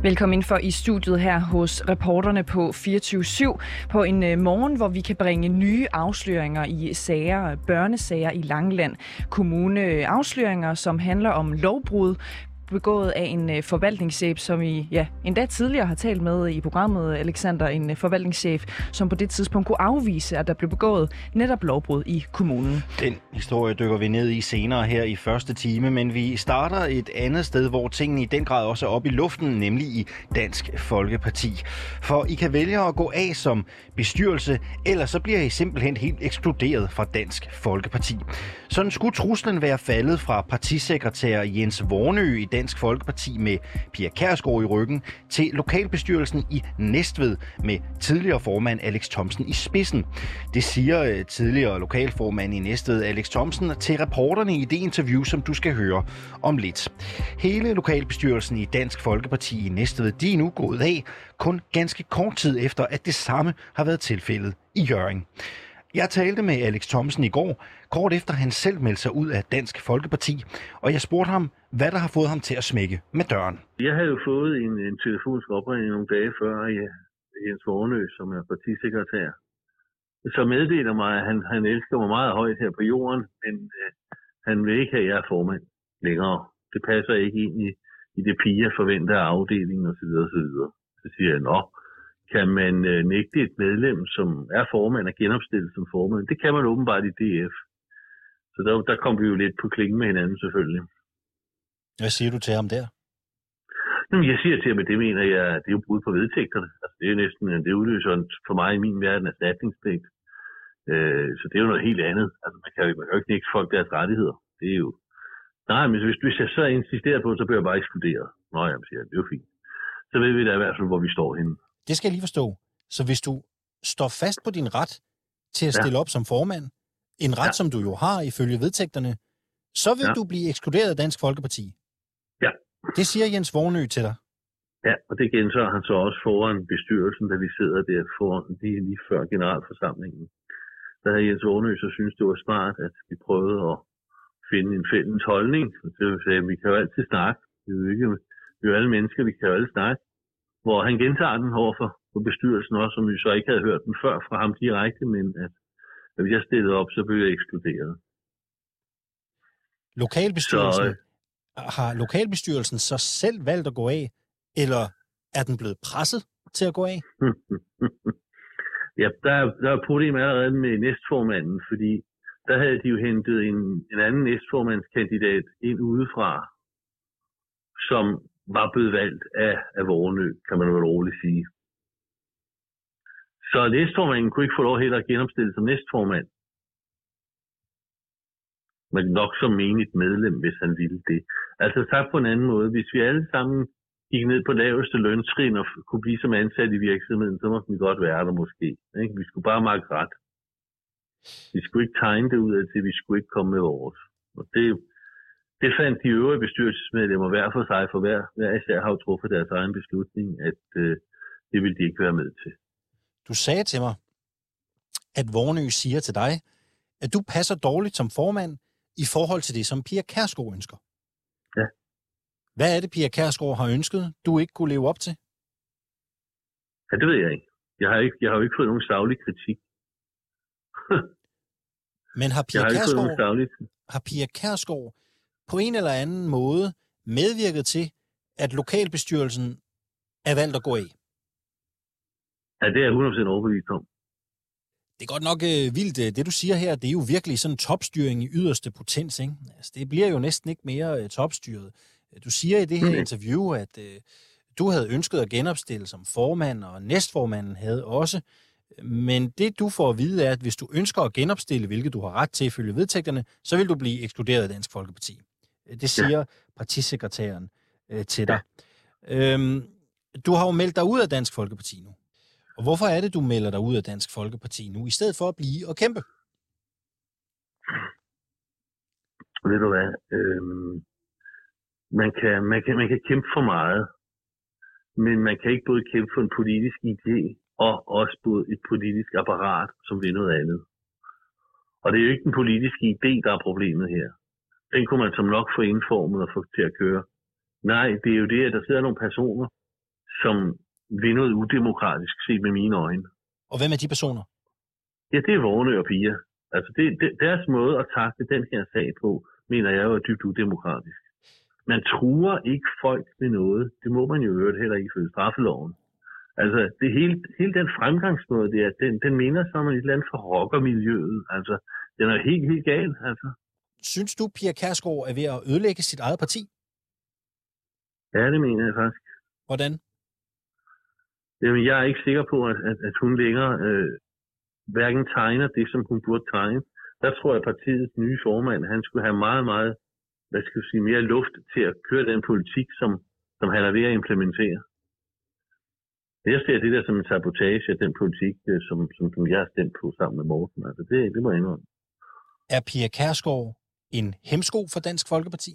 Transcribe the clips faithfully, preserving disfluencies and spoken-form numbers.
Velkommen ind for i studiet her hos reporterne på fireogtyve syv på en morgen, hvor vi kan bringe nye afsløringer i sager, børnesager i Langeland Kommune. Afsløringer, som handler om lovbrud begået af en forvaltningschef, som vi ja, endda tidligere har talt med i programmet, Alexander, en forvaltningschef, som på det tidspunkt kunne afvise, at der blev begået netop lovbrud i kommunen. Den historie dykker vi ned i senere her i første time, men vi starter et andet sted, hvor tingene i den grad også er oppe i luften, nemlig i Dansk Folkeparti. For I kan vælge at gå af som bestyrelse, eller så bliver I simpelthen helt ekskluderet fra Dansk Folkeparti. Sådan skulle truslen være faldet fra partisekretær Jens Vornø i Dansk Folkeparti med Pia Kjærsgaard i ryggen til lokalbestyrelsen i Næstved med tidligere formand Alex Thomsen i spidsen. Det siger tidligere lokalformand i Næstved Alex Thomsen til reporterne i det interview, som du skal høre om lidt. Hele lokalbestyrelsen i Dansk Folkeparti i Næstved, de er nu gået af kun ganske kort tid efter, at det samme har været tilfældet i Hjørring. Jeg talte med Alex Thomsen i går, kort efter han selv meldte sig ud af Dansk Folkeparti, og jeg spurgte ham, hvad der har fået ham til at smække med døren. Jeg havde jo fået en, en telefonisk opringning nogle dage før ja, Jens Vornø, som er partisekretær, så meddeler mig, at han, han elsker mig meget højt her på jorden, men øh, han vil ikke have, at jeg er formand længere. Det passer ikke ind i, i det piger forventer af afdelingen osv. osv. Så siger jeg, nå, kan man øh, nægte et medlem, som er formand og genopstillet som formand? Det kan man åbenbart i D F. Så der, der kom vi jo lidt på klingen med hinanden selvfølgelig. Hvad siger du til ham der? Jamen, jeg siger til ham, at det mener jeg, det er jo brud på vedtægterne. Altså, det er næsten, det udløser for mig i min verden erstatningspligt. Øh, så det er jo noget helt andet. Altså, man kan jo, man kan jo ikke nægte folk deres rettigheder. Det er jo... Nej, men hvis, hvis jeg så insisterer på, så bliver jeg bare ekskluderet. Nå, jamen, siger jeg, det er jo fint. Så ved vi da i hvert fald, hvor vi står henne. Det skal jeg lige forstå. Så hvis du står fast på din ret til at stille ja. op som formand, en ret, ja. som du jo har ifølge vedtægterne, så vil ja. du blive ekskluderet af Dansk Folkeparti. Ja. Det siger Jens Vornø til dig. Ja, og det gentager han så også foran bestyrelsen, da vi sidder der foran lige, lige før generalforsamlingen. Der havde Jens Vornø så synes det var smart, at vi prøvede at finde en fælles holdning. Det vil sige, at vi kan jo altid snakke. Vi er jo, ikke, vi er jo alle mennesker, vi kan jo alle snakke. Hvor han gentager den overfor på bestyrelsen også, som vi så ikke havde hørt den før fra ham direkte, men at, at hvis jeg stillede op, så blev jeg ekskluderet. Lokalbestyrelsen, så, øh, har lokalbestyrelsen så selv valgt at gå af, eller er den blevet presset til at gå af? ja, der, der er et problem allerede med næstformanden, fordi der havde de jo hentet en, en anden næstformandskandidat ind udefra, som var blevet valgt af, af Vornø, kan man vel roligt sige. Så næstformanden kunne ikke få lov heller at genopstille som næstformand. Men nok som menigt medlem, hvis han ville det. Altså sagt på en anden måde, hvis vi alle sammen gik ned på laveste løntrin og kunne blive som ansat i virksomheden, så måtte vi godt være der måske. Ikke? Vi skulle bare markere ret. Vi skulle ikke tegne det ud af til, vi skulle ikke komme med vores. Og det Det fandt de øvrige bestyrelsesmedlemmer hver for sig, for hver, hver især har jo truffet deres egen beslutning, at øh, det ville de ikke være med til. Du sagde til mig, at Vornø siger til dig, at du passer dårligt som formand i forhold til det, som Pia Kjærsgaard ønsker. Ja. Hvad er det, Pia Kjærsgaard har ønsket, du ikke kunne leve op til? Ja, det ved jeg ikke. Jeg har, ikke, jeg har jo ikke fået nogen saglig kritik. Men har Pia, Kjærsgaard, har Pia Kjærsgaard på en eller anden måde medvirket til, at lokalbestyrelsen er valgt at gå af? Ja, det er jeg hundrede procent overbevist om. Det er godt nok øh, vildt. Det, du siger her, det er jo virkelig sådan topstyring i yderste potens, ikke? Altså, det bliver jo næsten ikke mere øh, topstyret. Du siger i det her mm. interview, at øh, du havde ønsket at genopstille som formand, og næstformanden havde også. Men det, du får at vide, er, at hvis du ønsker at genopstille, hvilket du har ret til ifølge vedtægterne, så vil du blive ekskluderet af Dansk Folkeparti. Det siger ja. partisekretæren øh, til dig. Ja. Øhm, du har jo meldt dig ud af Dansk Folkeparti nu. Og hvorfor er det, du melder dig ud af Dansk Folkeparti nu, i stedet for at blive og kæmpe? Ved du hvad? Øhm, man, kan, man, kan, man kan kæmpe for meget, men man kan ikke både kæmpe for en politisk idé, og også både et politisk apparat, som vil noget andet. Og det er jo ikke den politiske idé, der er problemet her. Den kunne man som nok få indformet og få til at køre. Nej, det er jo det, at der sidder nogle personer, som vil noget udemokratisk set med mine øjne. Og hvem er de personer? Ja, det er Vornø og Pia. Altså det, det, deres måde at takle den her sag på, mener jeg jo er dybt udemokratisk. Man truer ikke folk med noget. Det må man jo øvrigt heller ikke følge straffeloven. Altså det hele, hele den fremgangsmåde der, den, den minder sig om et eller andet for rockermiljøet. Altså den er helt, helt gal. Altså. Synes du, Pia Kjærsgaard er ved at ødelægge sit eget parti? Ja, det mener jeg faktisk. Hvordan? Jamen, jeg er ikke sikker på, at, at, at hun længere øh, hverken tegner det, som hun burde tegne. Der tror jeg, at partiets nye formand, han skulle have meget, meget, hvad skal jeg sige, mere luft til at køre den politik, som, som han er ved at implementere. Jeg ser det der som en sabotage af den politik, som, som, som jeg har stemt på sammen med Morten. Altså, det, det må jeg indrømme. Er Pia Kjærsgaard en hemsko for Dansk Folkeparti?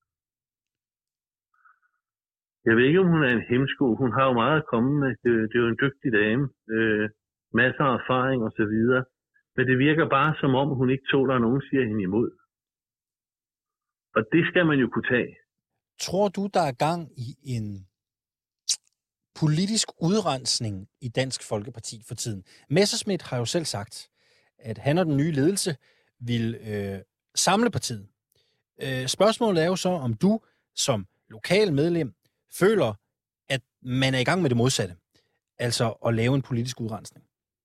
Jeg ved ikke, om hun er en hemsko. Hun har jo meget at komme med. Det, det er jo en dygtig dame. Øh, masser af erfaring og så videre. Men det virker bare som om, hun ikke tåler, at nogen siger hende imod. Og det skal man jo kunne tage. Tror du, der er gang i en politisk udrensning i Dansk Folkeparti for tiden? Messerschmidt har jo selv sagt, at han og den nye ledelse vil øh, samle partiet. Øh, spørgsmålet er jo så, om du som lokal medlem føler, at man er i gang med det modsatte. Altså at lave en politisk udrensning.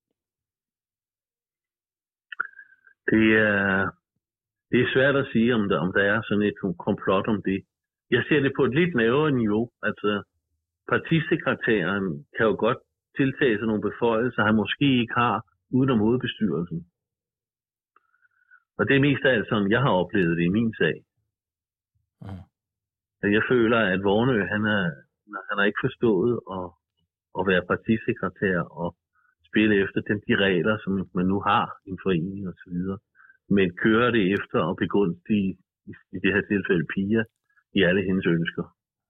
Det er, det er svært at sige, om der, om der er sådan et komplot om det. Jeg ser det på et lidt lavere niveau. Altså, partisekretæren kan jo godt tiltage sig nogle beføjelser, han måske ikke har, udenom hovedbestyrelsen. Og det er mest af alt sådan, jeg har oplevet det i min sag. Mm. Jeg føler, at Vornø, han er, han har ikke forstået at, at være partisekretær og spille efter den, de regler, som man nu har i en forening og så videre. Men kører det efter at begunstige, i, i det her tilfælde Pia, i alle hendes ønsker.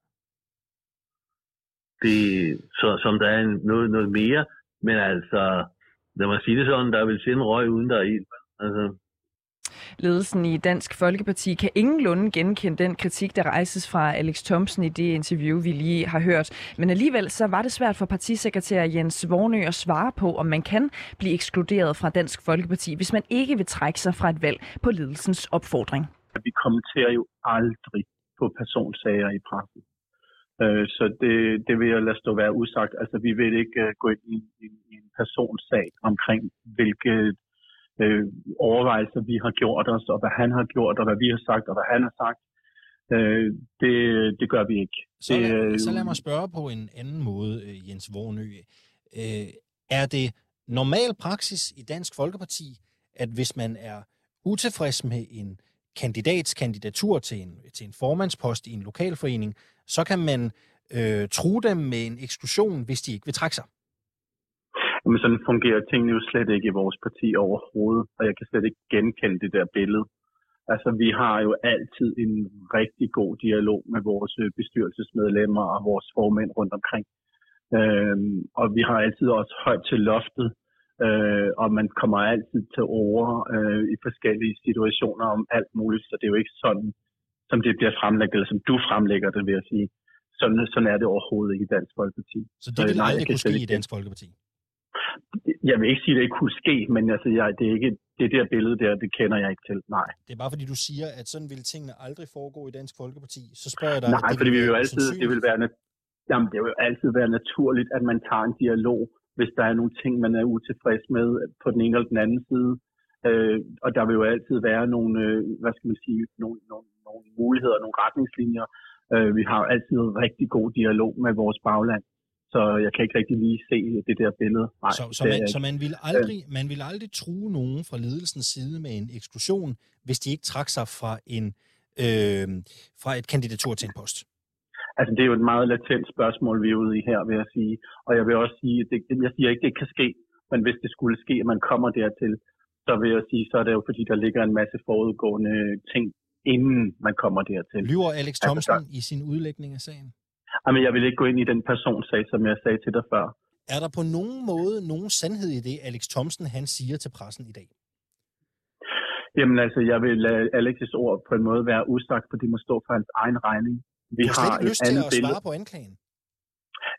Det, så som der er noget, noget mere, men altså, lad mig sige det sådan, der vil sende røg uden der er ild. Altså, Ledelsen i Dansk Folkeparti kan ingenlunde genkende den kritik, der rejses fra Alex Thomsen i det interview, vi lige har hørt. Men alligevel så var det svært for partisekretær Jens Vornø at svare på, om man kan blive ekskluderet fra Dansk Folkeparti, hvis man ikke vil trække sig fra et valg på ledelsens opfordring. Vi kommenterer jo aldrig på personsager i pressen. Så det, det vil jeg lade stå være usagt. Altså, vi vil ikke gå ind i, i, i en personsag omkring, hvilke øh, overvejelser vi har gjort os, og hvad han har gjort, og hvad vi har sagt, og hvad han har sagt. Øh, det, det gør vi ikke. Så lad, det, så lad mig spørge på en anden måde, Jens Vornø. Øh, er det normal praksis i Dansk Folkeparti, at hvis man er utilfreds med en kandidats kandidatur til en, til en formandspost i en lokalforening, så kan man øh, true dem med en eksklusion, hvis de ikke vil trække sig? Men sådan fungerer tingene jo slet ikke i vores parti overhovedet, og jeg kan slet ikke genkende det der billede. Altså, vi har jo altid en rigtig god dialog med vores bestyrelsesmedlemmer og vores formænd rundt omkring. Øhm, og vi har altid også højt til loftet, øh, og man kommer altid til ord øh, i forskellige situationer om alt muligt, så det er jo ikke sådan, som det bliver fremlagt, eller som du fremlægger det, vil jeg sige. Sådan, sådan er det overhovedet ikke i Dansk Folkeparti. Så det vil aldrig kunne ske i Dansk Folkeparti? Jeg vil ikke sige, at det ikke kunne ske, men altså, jeg, det, er ikke, det der billede der, det kender jeg ikke til. Nej. Det er bare fordi, du siger, at sådan ville tingene aldrig foregå i Dansk Folkeparti. Så spørger jeg dig... Nej, for det vil jo altid, det vil være, jamen, det vil jo altid være naturligt, at man tager en dialog, hvis der er nogle ting, man er utilfreds med på den ene eller den anden side. Øh, og der vil jo altid være nogle, øh, hvad skal man sige, nogle, nogle, nogle muligheder, nogle retningslinjer. Øh, vi har jo altid en rigtig god dialog med vores bagland. Så jeg kan ikke rigtig lige se det der billede. Nej, så, så, man, så man ville aldrig, man ville aldrig true nogen fra ledelsens side med en eksklusion, hvis de ikke trak sig fra, en, øh, fra et kandidatur til en post? Altså, det er jo et meget latent spørgsmål, vi er ude i her, vil jeg sige. Og jeg vil også sige, at det, jeg siger ikke, det kan ske, men hvis det skulle ske, at man kommer dertil, så vil jeg sige, så er det jo fordi, der ligger en masse forudgående ting, inden man kommer dertil. Lyver Alex Thomsen altså, i sin udlægning af sagen? Jamen, jeg vil ikke gå ind i den personsag, som jeg sagde til dig før. Er der på nogen måde nogen sandhed i det, Alex Thomsen han siger til pressen i dag? Jamen altså, jeg vil lade Alex' ord på en måde være usagt, for det må stå for hans egen regning. Vi du har slet ikke lyst til at billede. svare på anklagen?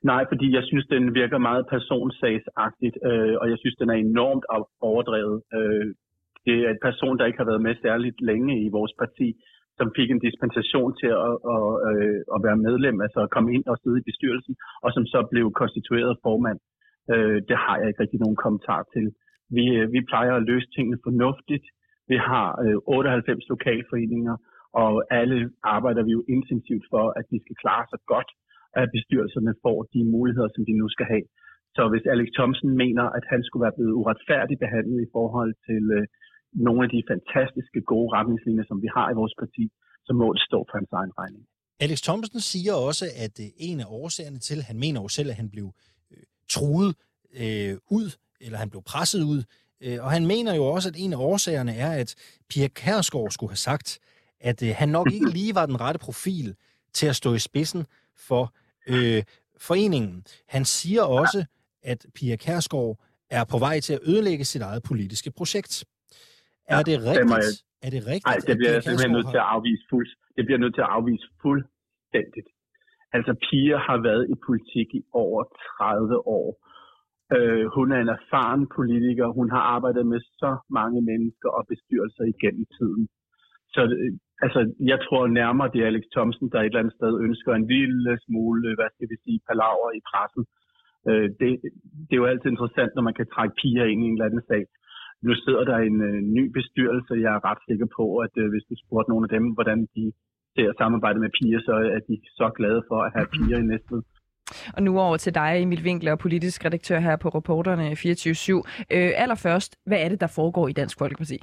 Nej, fordi jeg synes, den virker meget personsagsagtigt, øh, og jeg synes, den er enormt overdrevet. Øh, det er en person, der ikke har været med særligt længe i vores parti, som fik en dispensation til at, at, at, at være medlem, altså at komme ind og sidde i bestyrelsen, og som så blev konstitueret formand. Øh, det har jeg ikke rigtig nogen kommentar til. Vi, vi plejer at løse tingene fornuftigt. Vi har øh, otteoghalvfems lokalforeninger, og alle arbejder vi jo intensivt for, at de skal klare sig godt, at bestyrelserne får de muligheder, som de nu skal have. Så hvis Alex Thomsen mener, at han skulle være blevet uretfærdigt behandlet i forhold til øh, nogle af de fantastiske gode retningslinjer, som vi har i vores parti, så må det stå for hans egen regning. Alex Thomsen siger også, at øh, en af årsagerne til, han mener jo selv, at han blev øh, truet øh, ud, eller han blev presset ud, øh, og han mener jo også, at en af årsagerne er, at Pia Kjærsgaard skulle have sagt, at øh, han nok ikke lige var den rette profil til at stå i spidsen for øh, foreningen. Han siger også, at Pia Kjærsgaard er på vej til at ødelægge sit eget politiske projekt. Er det rigtigt? Er det rigtigt? Nej, det bliver jeg simpelthen nødt til at afvise fuld. Det bliver nødt til at afvise fuldstændigt. Altså, Pia har været i politik i over tredive år. Øh, hun er en erfaren politiker. Hun har arbejdet med så mange mennesker og bestyrelser igennem tiden. Så altså, jeg tror nærmere, det er Alex Thomsen, der et eller andet sted ønsker en lille smule, hvad skal vi sige, palaver i pressen. Øh, det, det er jo altid interessant, når man kan trække Pia ind i en eller anden sag. Nu sidder der en øh, ny bestyrelse. Jeg er ret sikker på, at øh, hvis du spurgte nogle af dem, hvordan de ser samarbejde med Pia, så er de så glade for at have Pia i Næstved. Og nu over til dig, Emil Winkler, politisk redaktør her på Reporterne fireogtyve syv. Øh, allerførst, hvad er det, der foregår i Dansk Folkeparti?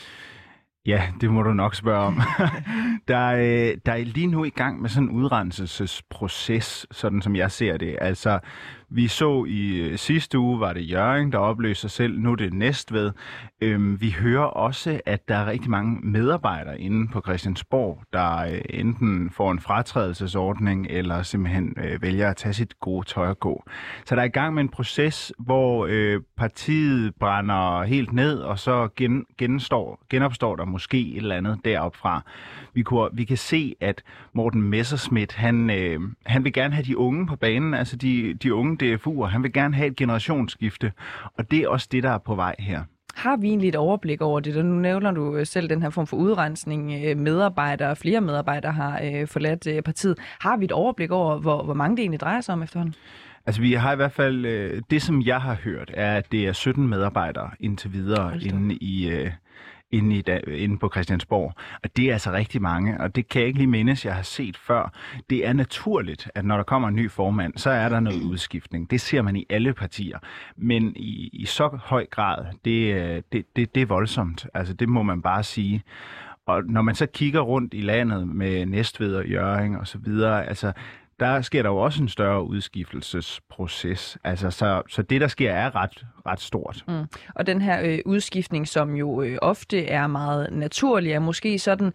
Ja, det må du nok spørge om. der, er, der er lige nu i gang med sådan en udrenselsesproces, sådan som jeg ser det. Altså, vi så i sidste uge, var det Hjørring, der opløste sig selv. Nu er det Næstved. Øhm, vi hører også, at der er rigtig mange medarbejdere inde på Christiansborg, der øh, enten får en fratrædelsesordning, eller simpelthen øh, vælger at tage sit gode tøj og gå. Så der er i gang med en proces, hvor øh, partiet brænder helt ned, og så gen, genstår, genopstår der måske et eller andet deroppe fra. Vi, kunne, vi kan se, at Morten Messerschmidt, han, øh, han vil gerne have de unge på banen, altså de, de unge D F U'er. Han vil gerne have et generationsskifte, og det er også det, der er på vej her. Har vi egentlig et overblik over det? Nu nævner du selv den her form for udrensning. Medarbejdere, flere medarbejdere har øh, forladt øh, partiet. Har vi et overblik over, hvor, hvor mange det egentlig drejer sig om efterhånden? Altså, vi har i hvert fald... Øh, det, som jeg har hørt, er, at det er sytten medarbejdere indtil videre inde i... Øh, Inde, i da, inde på Christiansborg. Og det er altså rigtig mange, og det kan jeg ikke lige mindes, jeg har set før. Det er naturligt, at når der kommer en ny formand, så er der noget udskiftning. Det ser man i alle partier. Men i, i så høj grad, det, det, det, det er voldsomt. Altså, det må man bare sige. Og når man så kigger rundt i landet med Næstved og Hjørring og så videre, altså, der sker der jo også en større udskiftelsesproces. Altså, så, så det, der sker, er ret, ret stort. Mm. Og den her øh, udskiftning, som jo øh, ofte er meget naturlig, er måske sådan,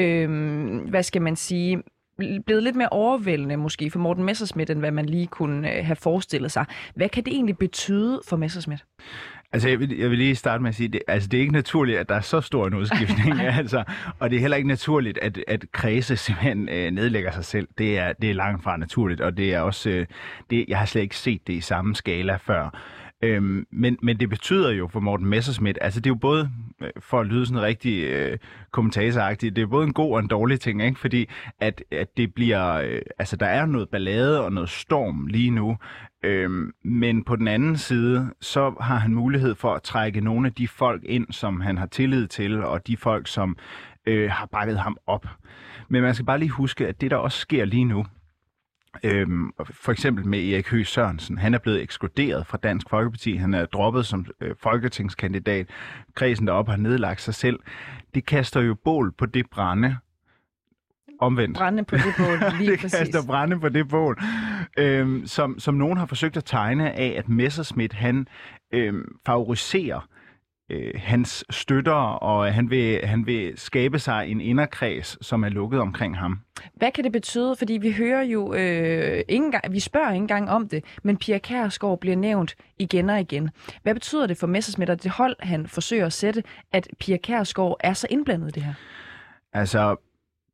øh, hvad skal man sige, blevet lidt mere overvældende måske for Morten Messerschmidt, end hvad man lige kunne øh, have forestillet sig. Hvad kan det egentlig betyde for Messerschmidt? Altså, jeg vil, jeg vil lige starte med at sige, det, altså, det er ikke naturligt, at der er så stor en udskiftning, altså, og det er heller ikke naturligt, at, at kredse simpelthen øh, nedlægger sig selv. Det er, det er langt fra naturligt, og det er også, øh, det, jeg har slet ikke set det i samme skala før. Øhm, men, men det betyder jo for Morten Messerschmidt, altså det er jo både, for at lyde sådan rigtig øh, kommentatoragtigt, det er både en god og en dårlig ting, ikke? Fordi at, at det bliver, øh, altså der er noget ballade og noget storm lige nu, øhm, men på den anden side, så har han mulighed for at trække nogle af de folk ind, som han har tillid til, og de folk, som øh, har bakket ham op. Men man skal bare lige huske, at det der også sker lige nu, Øhm, for eksempel med Erik Høgh Sørensen. Han er blevet ekskluderet fra Dansk Folkeparti. Han er droppet som øh, folketingskandidat. Kredsen deroppe har nedlagt sig selv. Det kaster jo bål på det brænde. Omvendt. Brænde på det bål, lige det præcis. Det kaster brænde på det bål. Øhm, som, som nogen har forsøgt at tegne af, at Messerschmidt, han øhm, favoriserer øh, hans støtter, og han vil, han vil skabe sig en inderkreds, som er lukket omkring ham. Hvad kan det betyde? Fordi vi hører jo øh, ikke gang, vi spørger ikke engang om det, men Pia Kjærsgaard bliver nævnt igen og igen. Hvad betyder det for Messerschmidt og det hold, han forsøger at sætte, at Pia Kjærsgaard er så indblandet i det her? Altså,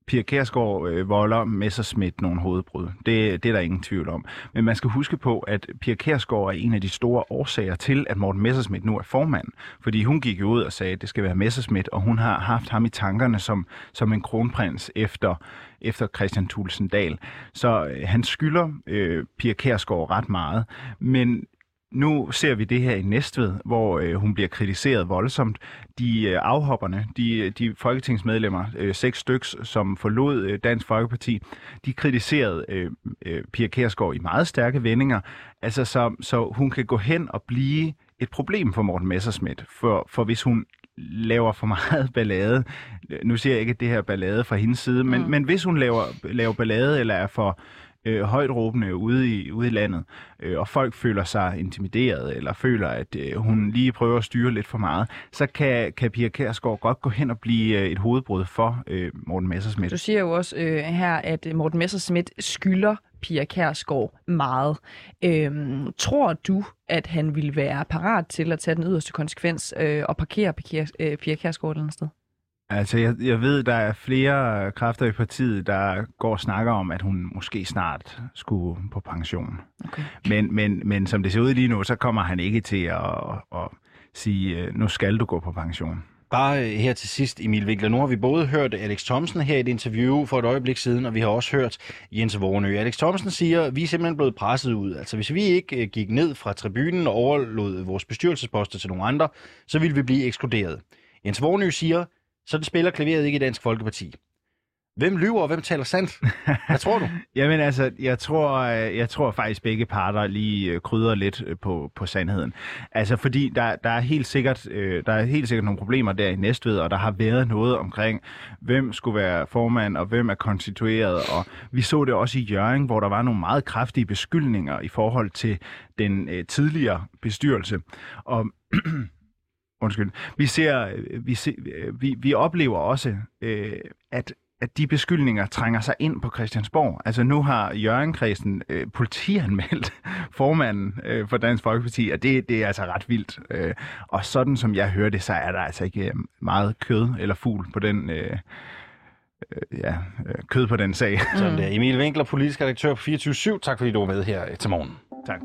Pia Kjærsgaard øh, volder Messerschmidt nogle hovedbrud. Det, det er der ingen tvivl om. Men man skal huske på, at Pia Kjærsgaard er en af de store årsager til, at Morten Messerschmidt nu er formand. Fordi hun gik jo ud og sagde, at det skal være Messerschmidt, og hun har haft ham i tankerne som, som en kronprins efter, efter Christian Thulesen Dahl. Så øh, han skylder øh, Pia Kjærsgaard ret meget. Men nu ser vi det her i Næstved, hvor øh, hun bliver kritiseret voldsomt. De øh, afhopperne, de, de folketingsmedlemmer, øh, seks styks, som forlod øh, Dansk Folkeparti, de kritiserede øh, øh, Pia Kjærsgaard i meget stærke vendinger, altså så, så hun kan gå hen og blive et problem for Morten Messerschmidt, for, for hvis hun laver for meget ballade, nu siger jeg ikke, at det her ballade fra hendes side, men, mm. men hvis hun laver, laver ballade eller er for Øh, højt råbende ude i, ude i landet, øh, og folk føler sig intimideret, eller føler, at øh, hun lige prøver at styre lidt for meget, så kan, kan Pia Kjærsgaard godt gå hen og blive øh, et hovedbrud for øh, Morten Messerschmidt. Du siger jo også øh, her, at Morten Messerschmidt skylder Pia Kjærsgaard meget. Øhm, tror du, at han ville være parat til at tage den yderste konsekvens øh, og parkere Pia, øh, Pia Kjærsgaard et eller andet sted? Altså, jeg, jeg ved, der er flere kræfter i partiet, der går og snakker om, at hun måske snart skulle på pension. Okay. Men, men, men som det ser ud lige nu, så kommer han ikke til at, at, at sige, nu skal du gå på pension. Bare her til sidst, Emil Winkler. Nu har vi både hørt Alex Thomsen her i et interview for et øjeblik siden, og vi har også hørt Jens Vornø. Alex Thomsen siger, at vi er simpelthen blevet presset ud. Altså hvis vi ikke gik ned fra tribunen og overlod vores bestyrelsesposter til nogle andre, så ville vi blive ekskluderet. Jens Vornø siger, så det spiller klaveret ikke i Dansk Folkeparti. Hvem lyver, og hvem taler sandt? Hvad tror du? Jamen altså, jeg tror, jeg tror faktisk begge parter lige krydder lidt på, på sandheden. Altså fordi der, der, er helt sikkert, der er helt sikkert nogle problemer der i Næstved, og der har været noget omkring, hvem skulle være formand, og hvem er konstitueret. Og vi så det også i Hjørring, hvor der var nogle meget kraftige beskyldninger i forhold til den øh, tidligere bestyrelse. Og Undskyld. Vi ser, vi, ser, vi, vi oplever også, øh, at, at de beskyldninger trænger sig ind på Christiansborg. Altså nu har Hjørring-kredsen øh, politianmeldt formanden øh, for Dansk Folkeparti, og det, det er altså ret vildt. Øh, og sådan som jeg hører det, så er der altså ikke meget kød eller fugl på den øh, øh, ja, kød på den sag. Sådan der. Emil Winkler, politisk redaktør på fireogtyve syv. Tak fordi du var med her til morgen. Tak.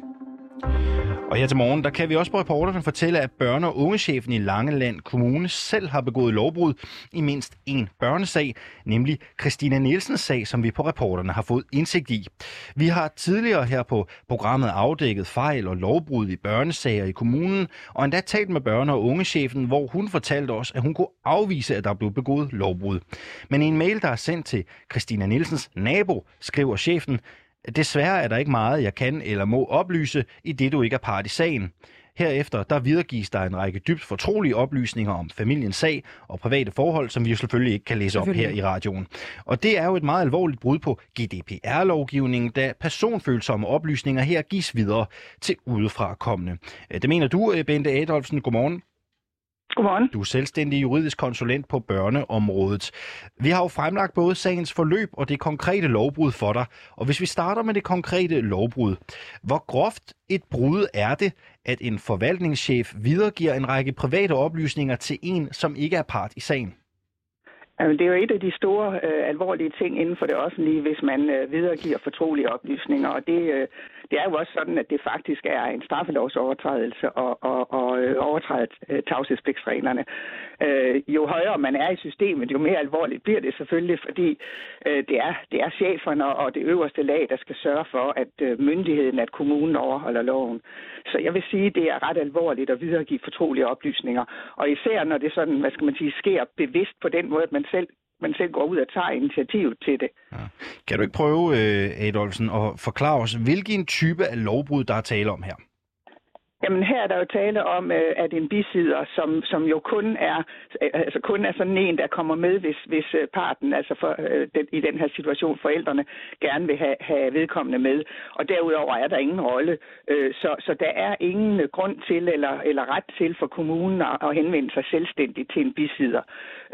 Og her til morgen, der kan vi også på reporterne fortælle, at børne- og ungechefen i Langeland Kommune selv har begået lovbrud i mindst en børnesag, nemlig Christina Nielsens sag, som vi på reporterne har fået indsigt i. Vi har tidligere her på programmet afdækket fejl og lovbrud i børnesager i kommunen, og endda talt med børne- og ungechefen, hvor hun fortalte os, at hun kunne afvise, at der blev begået lovbrud. Men i en mail, der er sendt til Christina Nielsens nabo, skriver chefen: desværre er der ikke meget, jeg kan eller må oplyse, i det du ikke er part i sagen. Herefter der videregives der en række dybt fortrolige oplysninger om familiens sag og private forhold, som vi jo selvfølgelig ikke kan læse op her i radioen. Og det er jo et meget alvorligt brud på G D P R-lovgivningen, da personfølsomme oplysninger her gives videre til udefrakommende. Det mener du, Bente Adolfsen. Godmorgen. Godmorgen. Du er selvstændig juridisk konsulent på børneområdet. Vi har jo fremlagt både sagens forløb og det konkrete lovbrud for dig. Og hvis vi starter med det konkrete lovbrud, hvor groft et brud er det, at en forvaltningschef videregiver en række private oplysninger til en, som ikke er part i sagen? Jamen, det er jo et af de store øh, alvorlige ting inden for det offentlige, hvis man øh, videregiver fortrolige oplysninger. Og det, øh, det er jo også sådan, at det faktisk er en straffelovsovertrædelse og, og, og øh, overtræde øh, tavshedspligtsreglerne. Øh, jo højere man er i systemet, jo mere alvorligt bliver det selvfølgelig, fordi øh, det, er, det er cheferne og det øverste lag, der skal sørge for, at øh, myndigheden, at kommunen overholder loven. Så jeg vil sige, at det er ret alvorligt at videregive fortrolige oplysninger. Og især når det sådan, hvad skal man sige, sker bevidst på den måde, at man selv, man selv går ud og tager initiativ til det. Ja. Kan du ikke prøve, Adolfsen, at forklare os, hvilken type af lovbrud, der er tale om her? Jamen her er der jo tale om, at en bisidder, som, som jo kun er, altså kun er sådan en, der kommer med, hvis, hvis parten, altså for, den, i den her situation forældrene, gerne vil have, have vedkommende med. Og derudover er der ingen rolle. Så, så der er ingen grund til eller, eller ret til for kommunen at henvende sig selvstændigt til en bisidder.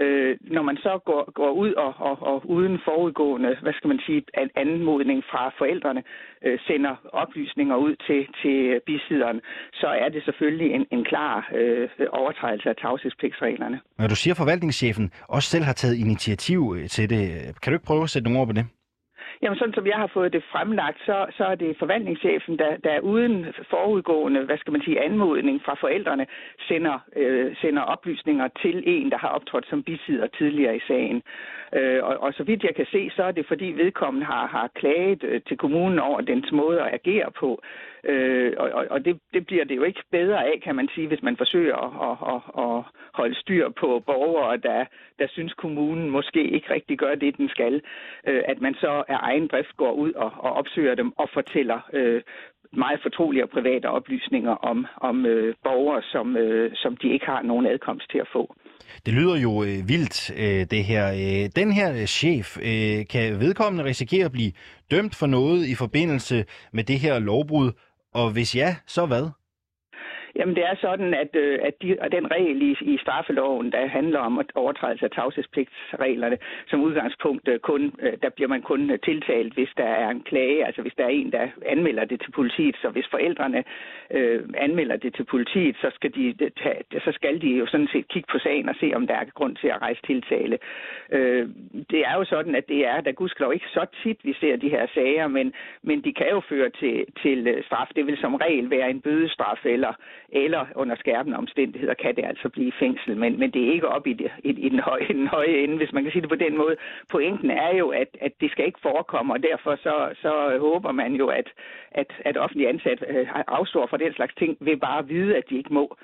Når man så går, går ud og, og, og uden forudgående, hvad skal man sige, en anmodning fra forældrene, øh, sender oplysninger ud til, til bisideren, så er det selvfølgelig en, en klar øh, overtrædelse af tavshedspligtsreglerne. Når du siger, at forvaltningschefen også selv har taget initiativ til det, kan du ikke prøve at sætte nogle ord på det? Jamen sådan som jeg har fået det fremlagt, så, så er det forvaltningschefen, der, der uden forudgående, hvad skal man sige, anmodning fra forældrene, sender, øh, sender oplysninger til en, der har optrådt som bisidder tidligere i sagen. Øh, og, og så vidt jeg kan se, så er det fordi vedkommende har, har klaget øh, til kommunen over dens måde at agere på. Øh, og og det, det bliver det jo ikke bedre af, kan man sige, hvis man forsøger at, at, at holde styr på borgere, der, der synes kommunen måske ikke rigtig gør det, den skal. Øh, at man så af egen drift går ud og, og opsøger dem og fortæller øh, meget fortrolige og private oplysninger om, om øh, borgere, som, øh, som de ikke har nogen adkomst til at få. Det lyder jo øh, vildt, øh, det her. Øh, den her øh, chef, øh, kan vedkommende risikere at blive dømt for noget i forbindelse med det her lovbrud? Og hvis ja, så hvad? Jamen det er sådan, at, øh, at, de, at den regel i, i straffeloven, der handler om at overtrædelse af tavshedspligtsreglerne, som udgangspunkt øh, kun, øh, der bliver man kun tiltalt, hvis der er en klage, altså hvis der er en, der anmelder det til politiet. Så hvis forældrene øh, anmelder det til politiet, så skal, de, tage, så skal de jo sådan set kigge på sagen og se, om der er grund til at rejse tiltale. Øh, det er jo sådan, at det er, der gudskelov ikke så tit, vi ser de her sager, men, men de kan jo føre til, til straf. Det vil som regel være en bødestraf eller eller under skærpende omstændigheder kan det altså blive fængsel, men, men det er ikke op i, det, i, i, den høje, i den høje ende, hvis man kan sige det på den måde. Pointen er jo, at, at det skal ikke forekomme, og derfor så, så håber man jo, at, at, at offentlige ansat afstår fra den slags ting ved bare at vide, at de ikke må.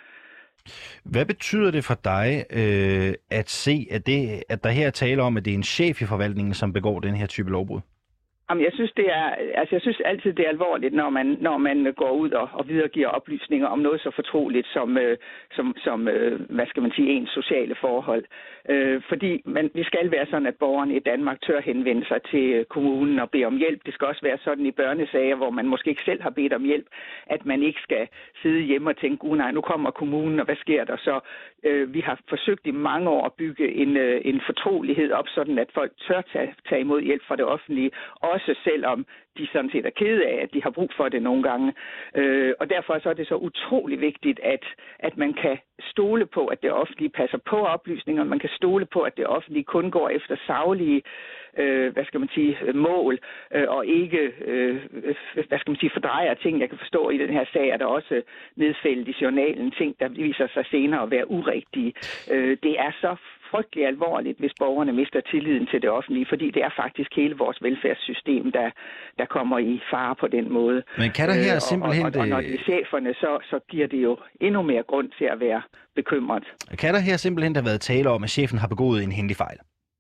Hvad betyder det for dig øh, at se, at, det, at der her taler om, at det er en chef i forvaltningen, som begår den her type lovbrud? Jamen, jeg synes, det er, altså, jeg synes altid, det er alvorligt, når man, når man går ud og, og videregiver oplysninger om noget så fortroligt som, øh, som, som øh, hvad skal man sige, ens sociale forhold. Øh, fordi man, det skal være sådan, at borgerne i Danmark tør henvende sig til kommunen og bede om hjælp. Det skal også være sådan i børnesager, hvor man måske ikke selv har bedt om hjælp, at man ikke skal sidde hjemme og tænke, uh, nej, nu kommer kommunen, og hvad sker der så? Øh, vi har forsøgt i mange år at bygge en, øh, en fortrolighed op, sådan at folk tør tage, tage imod hjælp fra det offentlige, også selvom de sådan set er kede af, at de har brug for det nogle gange. Øh, og derfor så er det så utrolig vigtigt, at, at man kan stole på, at det offentlige passer på oplysninger. Man kan stole på, at det offentlige kun går efter saglige øh, hvad skal man sige, mål, øh, og ikke øh, hvad skal man sige, fordrejer ting. Jeg kan forstå i den her sag, at der også nedfældet i journalen ting, der viser sig senere at være urigtige. Øh, det er så frygtelig alvorligt, hvis borgerne mister tilliden til det offentlige, fordi det er faktisk hele vores velfærdssystem, der, der kommer i fare på den måde. Men kan der her simpelthen... Og, og, og når det er cheferne, så, så giver det jo endnu mere grund til at være bekymret. Kan der her simpelthen have været tale om, at chefen har begået en hændelig fejl?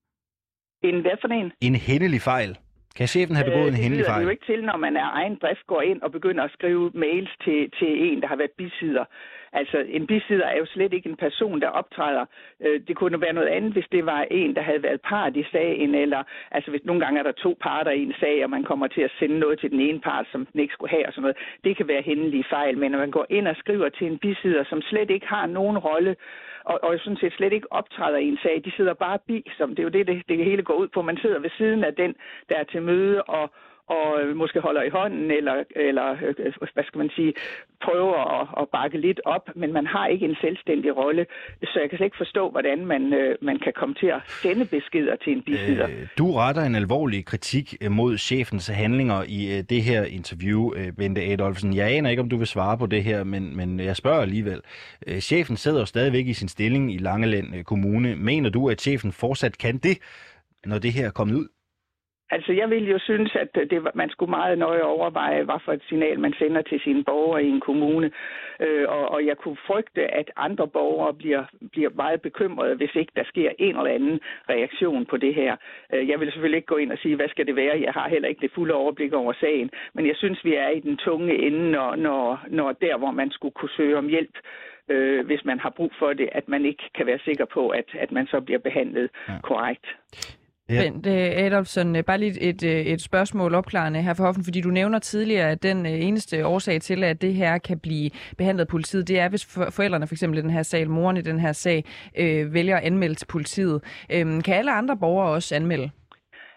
En hvad for en? En hændelig fejl. Kan chefen have begået øh, en hændelig fejl? Det er jo ikke til, når man af egen drift går ind og begynder at skrive mails til, til en, der har været bisidder. Altså, en bisidder er jo slet ikke en person, der optræder. Det kunne være noget andet, hvis det var en, der havde været part i sagen, eller altså hvis nogle gange er der to parter i en sag, og man kommer til at sende noget til den ene part, som den ikke skulle have og sådan noget. Det kan være hændelige fejl, men når man går ind og skriver til en bisidder, som slet ikke har nogen rolle, og, og sådan set slet ikke optræder i en sag, de sidder bare bi, som det er jo det, det, det hele går ud på. Man sidder ved siden af den, der er til møde, og og måske holder i hånden, eller, eller hvad skal man sige, prøver at, at bakke lidt op, men man har ikke en selvstændig rolle, så jeg kan slet ikke forstå, hvordan man, man kan komme til at sende beskeder til en bisidder. Øh, du retter en alvorlig kritik mod chefens handlinger i det her interview, Bente Adolfsen. Jeg aner ikke, om du vil svare på det her, men, men jeg spørger alligevel. Chefen sidder jo stadigvæk i sin stilling i Langeland Kommune. Mener du, at chefen fortsat kan det, når det her er kommet ud? Altså, jeg vil jo synes, at det, man skulle meget nøje overveje, hvad for et signal man sender til sine borgere i en kommune. Øh, og, og jeg kunne frygte, at andre borgere bliver, bliver meget bekymrede, hvis ikke der sker en eller anden reaktion på det her. Øh, jeg vil selvfølgelig ikke gå ind og sige, hvad skal det være? Jeg har heller ikke det fulde overblik over sagen. Men jeg synes, vi er i den tunge ende, når, når, når der, hvor man skulle kunne søge om hjælp, øh, hvis man har brug for det, at man ikke kan være sikker på, at, at man så bliver behandlet ja. korrekt. Ja. Bent Adolfsen, bare lige et, et spørgsmål opklarende her for Hoffen, fordi du nævner tidligere, at den eneste årsag til, at det her kan blive behandlet af politiet, det er, hvis forældrene for eksempel i den her sag, moren i den her sag, øh, vælger at anmelde til politiet. Øh, kan alle andre borgere også anmelde?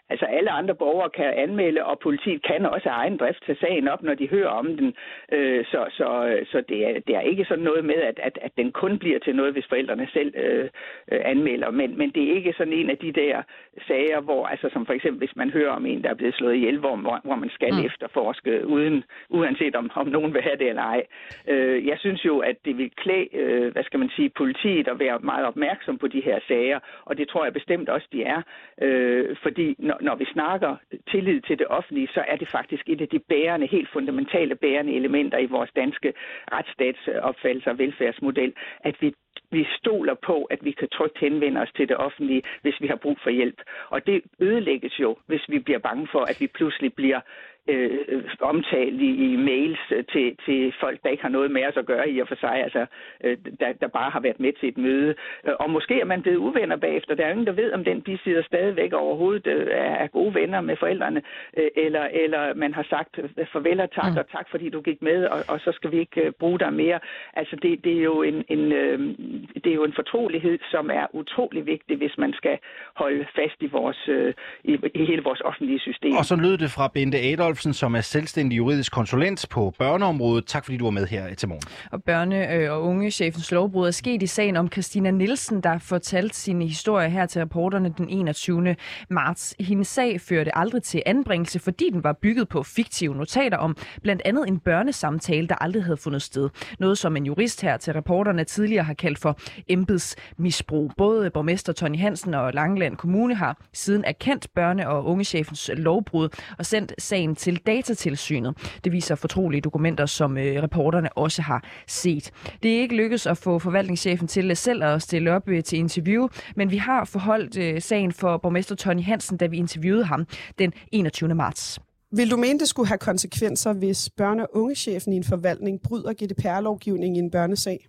Altså alle andre borgere kan anmelde, og politiet kan også af egen drift tage sagen op, når de hører om den. Øh, så så, så det, er, det er ikke sådan noget med, at, at, at den kun bliver til noget, hvis forældrene selv øh, anmelder. Men, men det er ikke sådan en af de der sager, hvor, altså som for eksempel, hvis man hører om en, der er blevet slået ihjel, hvor, hvor man skal mm. efterforske, uden, uanset om, om nogen vil have det eller ej. Øh, jeg synes jo, at det vil klæde, øh, hvad skal man sige, politiet at være meget opmærksom på de her sager, og det tror jeg bestemt også, de er. Øh, fordi når, når vi snakker tillid til det offentlige, så er det faktisk et af de bærende, helt fundamentale bærende elementer i vores danske retsstatsopfattelse og velfærdsmodel, at vi vi stoler på, at vi kan trygt henvende os til det offentlige, hvis vi har brug for hjælp. Og det ødelægges jo, hvis vi bliver bange for, at vi pludselig bliver øh, omtalt i, i mails til, til folk, der ikke har noget med os at gøre i og for sig, altså øh, der, der bare har været med til et møde. Og måske er man blevet uvenner bagefter. Der er ingen, der ved, om den bisidder stadigvæk overhovedet øh, er gode venner med forældrene, øh, eller, eller man har sagt farvel og tak, mm. og tak fordi du gik med, og, og så skal vi ikke øh, bruge dig mere. Altså det, det er jo en, en øh, det er jo en fortrolighed, som er utrolig vigtig, hvis man skal holde fast i vores øh, i, i hele vores offentlige system. Og så lød det fra Bente Adolfsen, som er selvstændig juridisk konsulent på børneområdet. Tak fordi du var med her til morgen. Og børne- og ungechefens lovbrud er sket i sagen om Christina Nielsen, der fortalte sin historie her til reporterne den enogtyvende marts. Hendes sag førte aldrig til anbringelse, fordi den var bygget på fiktive notater om blandt andet en børnesamtale, der aldrig havde fundet sted. Noget som en jurist her til reporterne tidligere har kaldt for embedsmisbrug. Både borgmester Tonni Hansen og Langeland Kommune har siden erkendt børne- og ungechefens lovbrud og sendt sagen til Datatilsynet. Det viser fortrolige dokumenter, som øh, reporterne også har set. Det er ikke lykkedes at få forvaltningschefen til selv at stille op øh, til interview, men vi har forholdt øh, sagen for borgmester Tonni Hansen, da vi interviewede ham den enogtyvende marts. Vil du mene, det skulle have konsekvenser, hvis børne- og ungechefen i en forvaltning bryder G D P R-lovgivningen i en børnesag?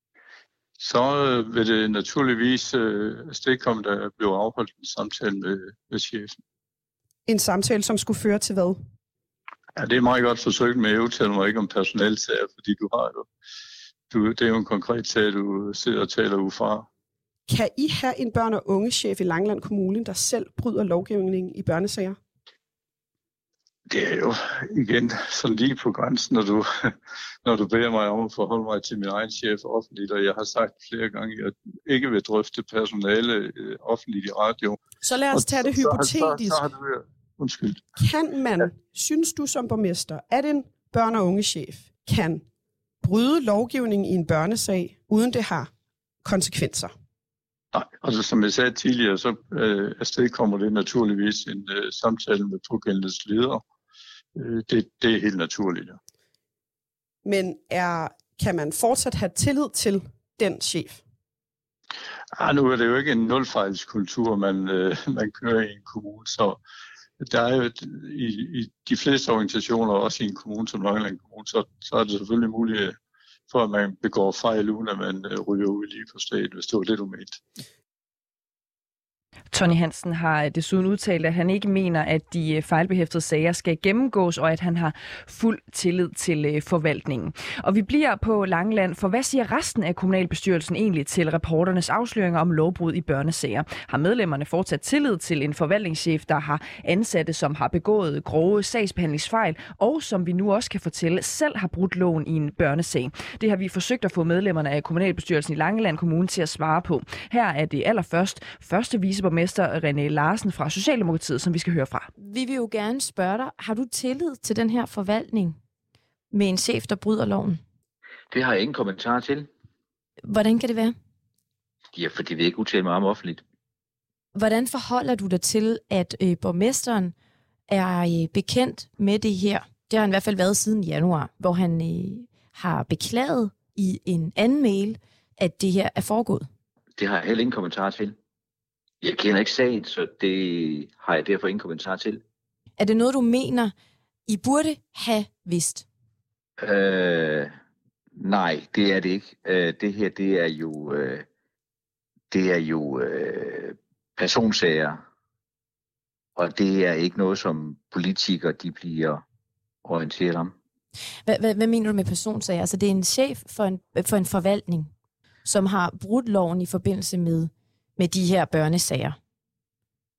Så øh, vil det naturligvis øh, stedkomme, der blev afholdt en samtale med, med chefen. En samtale, som skulle føre til hvad? Ja, det er meget godt forsøgt, men jeg udtaler mig ikke om personalsager, fordi du har jo, du, det er jo en konkret sag, du sidder og taler ud fra. Kan I have en børne- og ungechef i Langeland Kommune, der selv bryder lovgivningen i børnesager? Det er jo igen sådan lige på grænsen, når du, når du beder mig om at forholde mig til min egen chef offentligt, og jeg har sagt flere gange, at jeg ikke vil drøfte personale øh, offentligt i radio. Så lad os tage det så, hypotetisk. Så, så, så du, undskyld. Kan man, synes du som borgmester, at en børne- og ungechef kan bryde lovgivningen i en børnesag, uden det har konsekvenser? Nej, altså som jeg sagde tidligere, så øh, afstedkommer det naturligvis en øh, samtale med pågældendes leder. Øh, det, det er helt naturligt, ja. Men er, kan man fortsat have tillid til den chef? Ah, nu er det jo ikke en nulfejlskultur, man, øh, man kører i en kommune, så der er jo et, i, i de fleste organisationer, også i en kommune som Langeland Kommune, så, så er det selvfølgelig muligt for, at man begår fejl, uden at man øh, ryger ud lige på stedet, hvis det var det, du mente. Tonni Hansen har desuden udtalt, at han ikke mener, at de fejlbehæftede sager skal gennemgås, og at han har fuld tillid til forvaltningen. Og vi bliver på Langeland, for hvad siger resten af kommunalbestyrelsen egentlig til reporternes afsløringer om lovbrud i børnesager? Har medlemmerne fortsat tillid til en forvaltningschef, der har ansatte, som har begået grove sagsbehandlingsfejl, og som vi nu også kan fortælle, selv har brudt loven i en børnesag? Det har vi forsøgt at få medlemmerne af kommunalbestyrelsen i Langeland Kommune til at svare på. Her er det allerførst første viceborgmester René Larsen fra Socialdemokratiet, som vi skal høre fra. Vi vil jo gerne spørge dig, har du tillid til den her forvaltning med en chef, der bryder loven? Det har jeg ingen kommentar til. Hvordan kan det være? Ja, fordi vi ikke udtaler mig om offentligt. Hvordan forholder du dig til, at øh, borgmesteren er øh, bekendt med det her? Det har han i hvert fald været siden januar, hvor han øh, har beklaget i en anden mail, at det her er foregået. Det har jeg heller ingen kommentar til. Jeg kender ikke sagen, så det har jeg derfor ingen kommentar til. Er det noget, du mener, I burde have vidst? Øh, nej, det er det ikke. Øh, det her, det er jo, øh, det er jo øh, personsager, og det er ikke noget, som politikere de bliver orienteret om. Hvad, hvad, hvad mener du med personsager? Altså, det er en chef for en, for en forvaltning, som har brudt loven i forbindelse med med de her børnesager?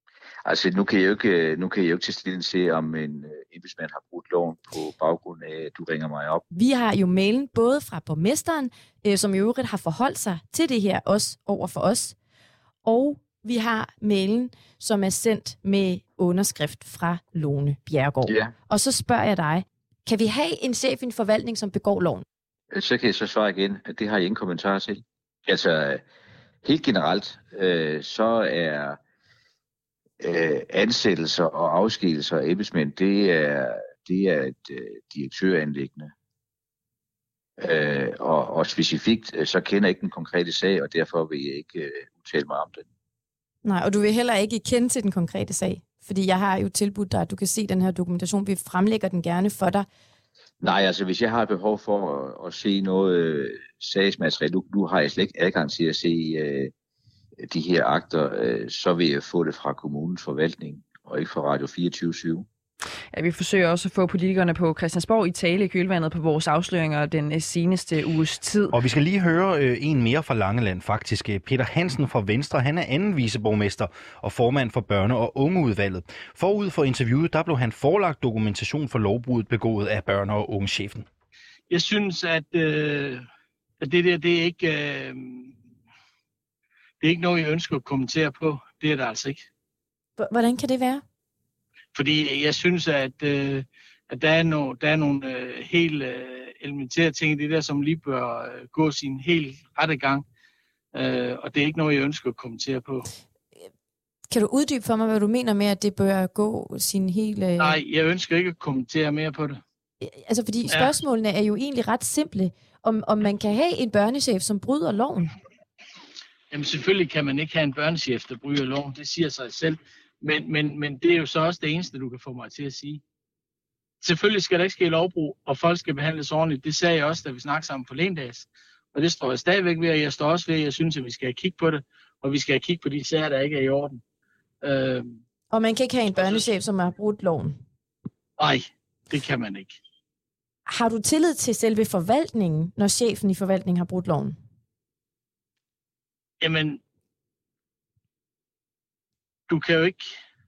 Altså, nu kan jeg jo ikke, nu kan jeg jo ikke til stilling se, om en embedsmand har brudt loven på baggrund af, at du ringer mig op. Vi har jo mailen både fra borgmesteren, øh, som i øvrigt har forholdt sig til det her, også over for os, og vi har mailen, som er sendt med underskrift fra Lone Bjerregaard. Ja. Og så spørger jeg dig, kan vi have en chef i en forvaltning, som begår loven? Så kan jeg så svare igen, at det har jeg ingen kommentar til. Altså, helt generelt, øh, så er øh, ansættelser og afskedelser af embedsmænd, det er, det er et øh, direktøranliggende. Øh, og, og specifikt, øh, så kender jeg ikke den konkrete sag, og derfor vil jeg ikke øh, udtale mig om den. Nej, og du vil heller ikke kende til den konkrete sag, fordi jeg har jo tilbudt dig, at du kan se den her dokumentation. Vi fremlægger den gerne for dig. Nej, altså hvis jeg har et behov for at, at se noget øh, sagsmateriale, nu, nu har jeg slet ikke adgang til at se øh, de her akter, øh, så vil jeg få det fra kommunens forvaltning, og ikke fra Radio fireogtyve syv. Ja, vi forsøger også at få politikerne på Christiansborg i tale i kølvandet på vores afsløringer den seneste uges tid. Og vi skal lige høre øh, en mere fra Langeland faktisk. Peter Hansen fra Venstre, han er anden viceborgmester og formand for børne- og ungeudvalget. Forud for interviewet, der blev han forelagt dokumentation for lovbruddet begået af børne- og ungechefen. Jeg synes, at, øh, at det der, det er ikke, øh, det er ikke noget, jeg ønsker at kommentere på. Det er det altså ikke. Hvordan kan det være? Fordi jeg synes, at, øh, at der er, no, der er nogle øh, helt øh, elementære ting i det der, som lige bør øh, gå sin helt rette gang. Øh, og det er ikke noget, jeg ønsker at kommentere på. Kan du uddybe for mig, hvad du mener med, at det bør gå sin helt... Øh... Nej, jeg ønsker ikke at kommentere mere på det. Altså, fordi spørgsmålene er jo egentlig ret simple. Om, om man kan have en børnechef, som bryder loven? Jamen, selvfølgelig kan man ikke have en børnechef, der bryder loven. Det siger sig selv. Men, men, men det er jo så også det eneste, du kan få mig til at sige. Selvfølgelig skal der ikke ske lovbrug, og folk skal behandles ordentligt. Det sagde jeg også, da vi snakkede sammen på Lendags. Og det står jeg stadigvæk ved, og jeg står også ved, at jeg synes, at vi skal have kigge på det, og vi skal have kigge på de sager, der ikke er i orden. Øh, og man kan ikke have en børnechef, som har brudt loven? Nej, det kan man ikke. Har du tillid til selve forvaltningen, når chefen i forvaltningen har brudt loven? Jamen, du kan jo ikke...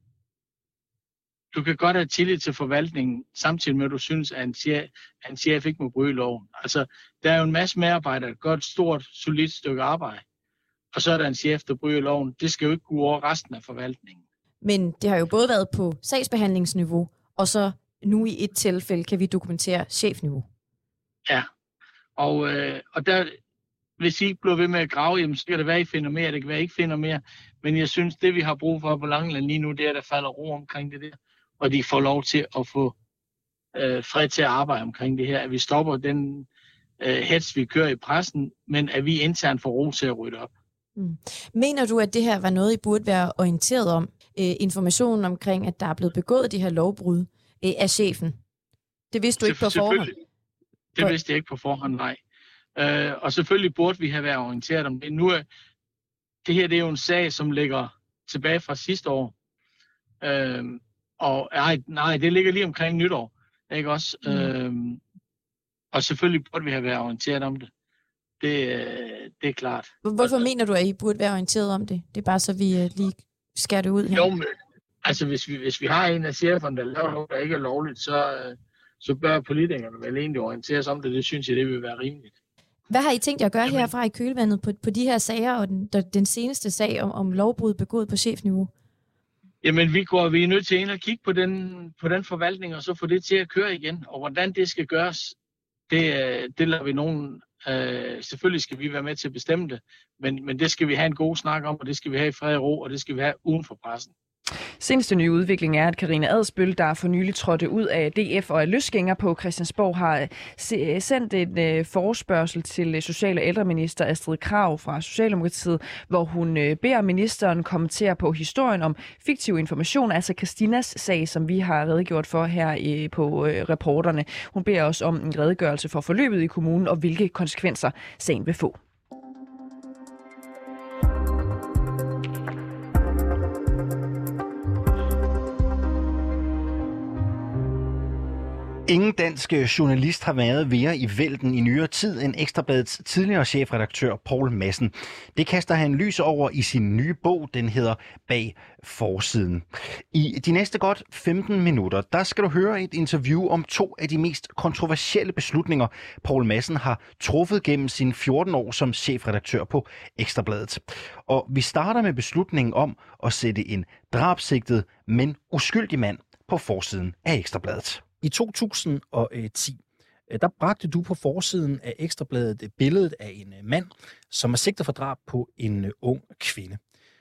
Du kan godt have tillid til forvaltningen, samtidig med, at du synes, at en chef, at en chef ikke må bryde loven. Altså, der er jo en masse medarbejdere, der gør et stort, solidt stykke arbejde. Og så er der en chef, der bryder loven. Det skal jo ikke gå over resten af forvaltningen. Men det har jo både været på sagsbehandlingsniveau, og så nu i et tilfælde kan vi dokumentere chefniveau. Ja, og, øh, og der, hvis I ikke bliver ved med at grave, jamen, så kan det være, I finder mere, det kan være, I ikke finder mere. Men jeg synes, det vi har brug for på Langeland lige nu, det er, at der falder ro omkring det der. Og de får lov til at få øh, fred til at arbejde omkring det her. At vi stopper den øh, hets, vi kører i pressen, men at vi internt får ro til at rydde op. Mm. Mener du, at det her var noget, I burde være orienteret om? Øh, informationen omkring, at der er blevet begået de her lovbrud øh, af chefen? Det vidste du ikke på forhånd? Det vidste jeg ikke på forhånd, nej. Øh, og selvfølgelig burde vi have været orienteret om det. Nu er det her det er jo en sag, som ligger tilbage fra sidste år. Øh, Og nej, nej, det ligger lige omkring nytår, ikke også? Mm. Øhm, og selvfølgelig burde vi have været orienteret om det. Det, det er klart. Hvorfor og, mener du, at I burde være orienteret om det? Det er bare så, vi uh, lige skærer det ud her. Jo, men, altså hvis vi, hvis vi har en af cheferne, der laver noget, der ikke er lovligt, så, uh, så bør politikerne vel egentlig orienteres om det. Det synes jeg, det vil være rimeligt. Hvad har I tænkt jer at gøre Jamen, herfra i kølvandet på, på de her sager, og den, den seneste sag om, om lovbrud begået på chefniveau? Jamen, vi, går, vi er nødt til at ind og kigge på den, på den forvaltning, og så få det til at køre igen. Og hvordan det skal gøres, det, det lader vi nogen... Øh, selvfølgelig skal vi være med til at bestemme det, men, men det skal vi have en god snak om, og det skal vi have i fred og ro, og det skal vi have uden for pressen. Seneste nye udvikling er, at Karina Adsbøl, der for nylig trådte ud af D F og er løsgænger på Christiansborg, har sendt en forespørgsel til social- og ældreminister Astrid Krag fra Socialdemokratiet, hvor hun beder ministeren kommentere på historien om fiktiv information, altså Christinas sag, som vi har redegjort for her på reporterne. Hun beder også om en redegørelse for forløbet i kommunen og hvilke konsekvenser sagen vil få. Ingen dansk journalist har været mere i vælten i nyere tid end Ekstra Bladets tidligere chefredaktør Poul Madsen. Det kaster han lys over i sin nye bog, den hedder Bag forsiden. I de næste godt femten minutter, der skal du høre et interview om to af de mest kontroversielle beslutninger, Poul Madsen har truffet gennem sine fjorten år som chefredaktør på Ekstra Bladet. Og vi starter med beslutningen om at sætte en drabsigtet, men uskyldig mand på forsiden af Ekstra Bladet. I to tusind og ti, der bragte du på forsiden af Ekstra Bladet et billede af en mand, som er sigtet for drab på en ung kvinde.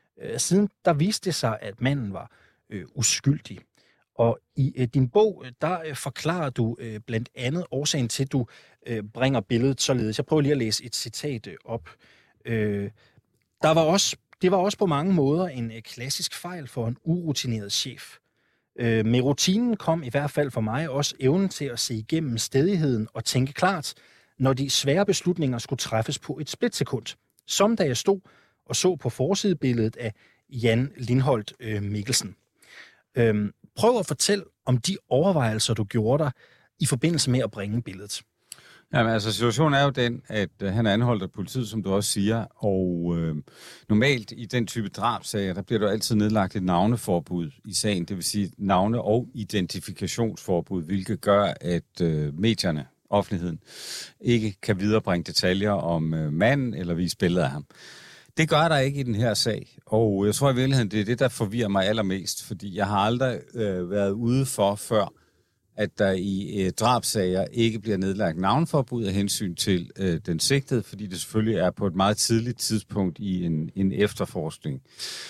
Siden der viste det sig, at manden var øh, uskyldig. Og i øh, din bog, der øh, forklarer du øh, blandt andet årsagen til, at du øh, bringer billedet således. Jeg prøver lige at læse et citat øh, op. Øh, der var også, det var også på mange måder en øh, klassisk fejl for en urutineret chef. Øh, med rutinen kom i hvert fald for mig også evnen til at se igennem stædigheden og tænke klart, når de svære beslutninger skulle træffes på et splitsekund. Som da jeg stod og så på forsidebilledet af Jan Lindholt øh, Mikkelsen. Øh, prøv at fortælle om de overvejelser, du gjorde dig i forbindelse med at bringe billedet. Jamen, altså, situationen er jo den, at øh, han er anholdt af politiet, som du også siger, og øh, normalt i den type drabsager, der bliver der altid nedlagt et navneforbud i sagen, det vil sige navne- og identifikationsforbud, hvilket gør, at øh, medierne, offentligheden, ikke kan viderebringe detaljer om øh, manden eller vise billeder af ham. Det gør der ikke i den her sag, og jeg tror i virkeligheden, det er det, der forvirrer mig allermest, fordi jeg har aldrig øh, været ude for før, at der i øh, drabsager ikke bliver nedlagt navnforbud af hensyn til øh, den sigtede, fordi det selvfølgelig er på et meget tidligt tidspunkt i en, en efterforskning.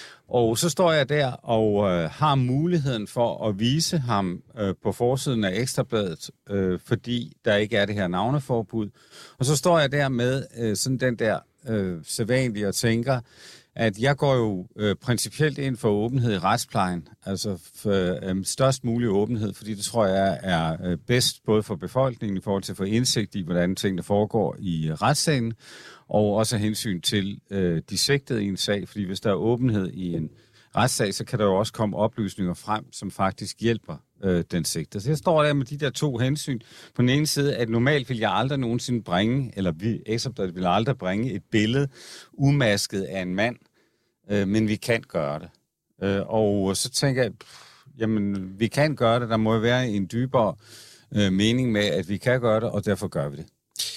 Og så står jeg der og øh, har muligheden for at vise ham øh, på forsiden af Ekstra Bladet, øh, fordi der ikke er det her navneforbud. Og så står jeg der med øh, sådan den der øh, sædvanlige og tænker, at jeg går jo øh, principielt ind for åbenhed i retsplejen, altså for øh, størst mulig åbenhed, fordi det tror jeg er øh, bedst både for befolkningen i forhold til at få indsigt i, hvordan tingene foregår i øh, retssagen, og også af hensyn til øh, de sigtede i en sag, fordi hvis der er åbenhed i en retssag, så kan der jo også komme oplysninger frem, som faktisk hjælper øh, den sigtede. Så jeg står der med de der to hensyn. På den ene side, at normalt vil jeg aldrig nogensinde bringe, eller vi, Ekstra Bladet vil aldrig bringe et billede umasket af en mand, øh, men vi kan gøre det. Øh, og så tænker jeg, pff, jamen vi kan gøre det, der må jo være en dybere øh, mening med, at vi kan gøre det, og derfor gør vi det.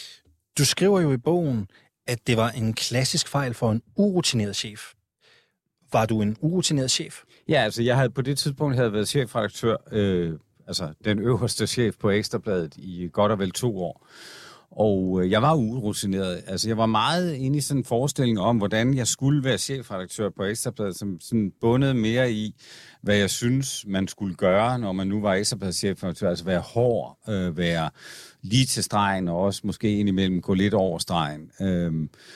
Du skriver jo i bogen, at det var en klassisk fejl for en urutineret chef. Var du en urutineret chef? Ja, altså jeg havde på det tidspunkt havde været chefredaktør, øh, altså den øverste chef på Ekstra Bladet i godt og vel to år. Og øh, jeg var urutineret. Altså jeg var meget inde i sådan en forestilling om, hvordan jeg skulle være chefredaktør på Ekstra Bladet, som sådan bundet mere i, hvad jeg synes, man skulle gøre, når man nu var Ekstra Bladets chefredaktør. Altså være hård, øh, være lige til stregen, og også måske indimellem gå lidt over stregen. Øh,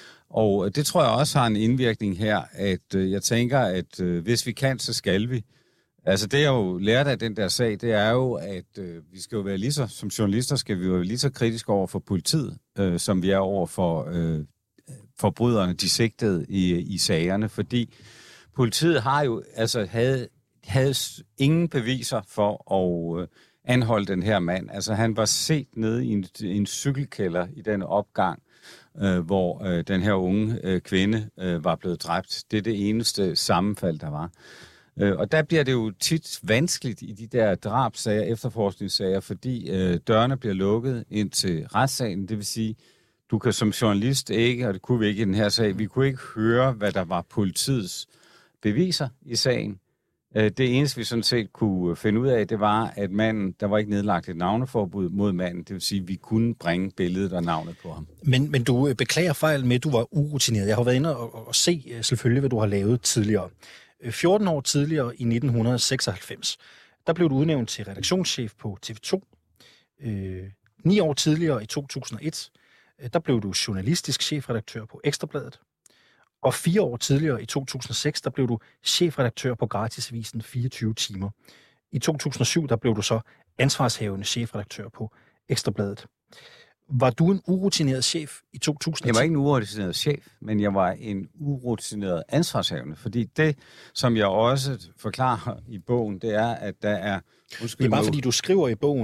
Og det tror jeg også har en indvirkning her, at øh, jeg tænker, at øh, hvis vi kan, så skal vi. Altså det jeg jo lærte af den der sag, det er jo, at øh, vi skal jo være lige så, som journalister skal vi jo være lige så kritiske over for politiet, øh, som vi er over for øh, forbryderne, de sigtede i, i sagerne. Fordi politiet har jo, altså havde, havde ingen beviser for at øh, anholde den her mand. Altså han var set nede i en, en cykelkælder i den opgang, Øh, hvor øh, den her unge øh, kvinde øh, var blevet dræbt. Det er det eneste sammenfald, der var. Øh, og der bliver det jo tit vanskeligt i de der drabsager, efterforskningssager, fordi øh, dørene bliver lukket ind til retssagen. Det vil sige, du kan som journalist ikke, og det kunne vi ikke i den her sag, vi kunne ikke høre, hvad der var politiets beviser i sagen. Det eneste, vi sådan set kunne finde ud af, det var, at manden, der var ikke nedlagt et navneforbud mod manden. Det vil sige, at vi kunne bringe billedet og navnet på ham. Men, men du beklager fejlen med, at du var urutineret. Jeg har været inde og, og se selvfølgelig, hvad du har lavet tidligere. fjorten år tidligere i nitten seksoghalvfems, der blev du udnævnt til redaktionschef på T V to. Øh, ni år tidligere i to tusind og et, der blev du journalistisk chefredaktør på Ekstra Bladet. Og fire år tidligere, i to tusind og seks, der blev du chefredaktør på Gratisavisen fireogtyve timer. I to tusind og syv, der blev du så ansvarshavende chefredaktør på Ekstra Bladet. Var du en urutineret chef i to tusind og ti? Jeg var ikke en urutineret chef, men jeg var en urutineret ansvarshavende. Fordi det, som jeg også forklarer i bogen, det er, at der er... Det er bare fordi, du skriver i bogen jo,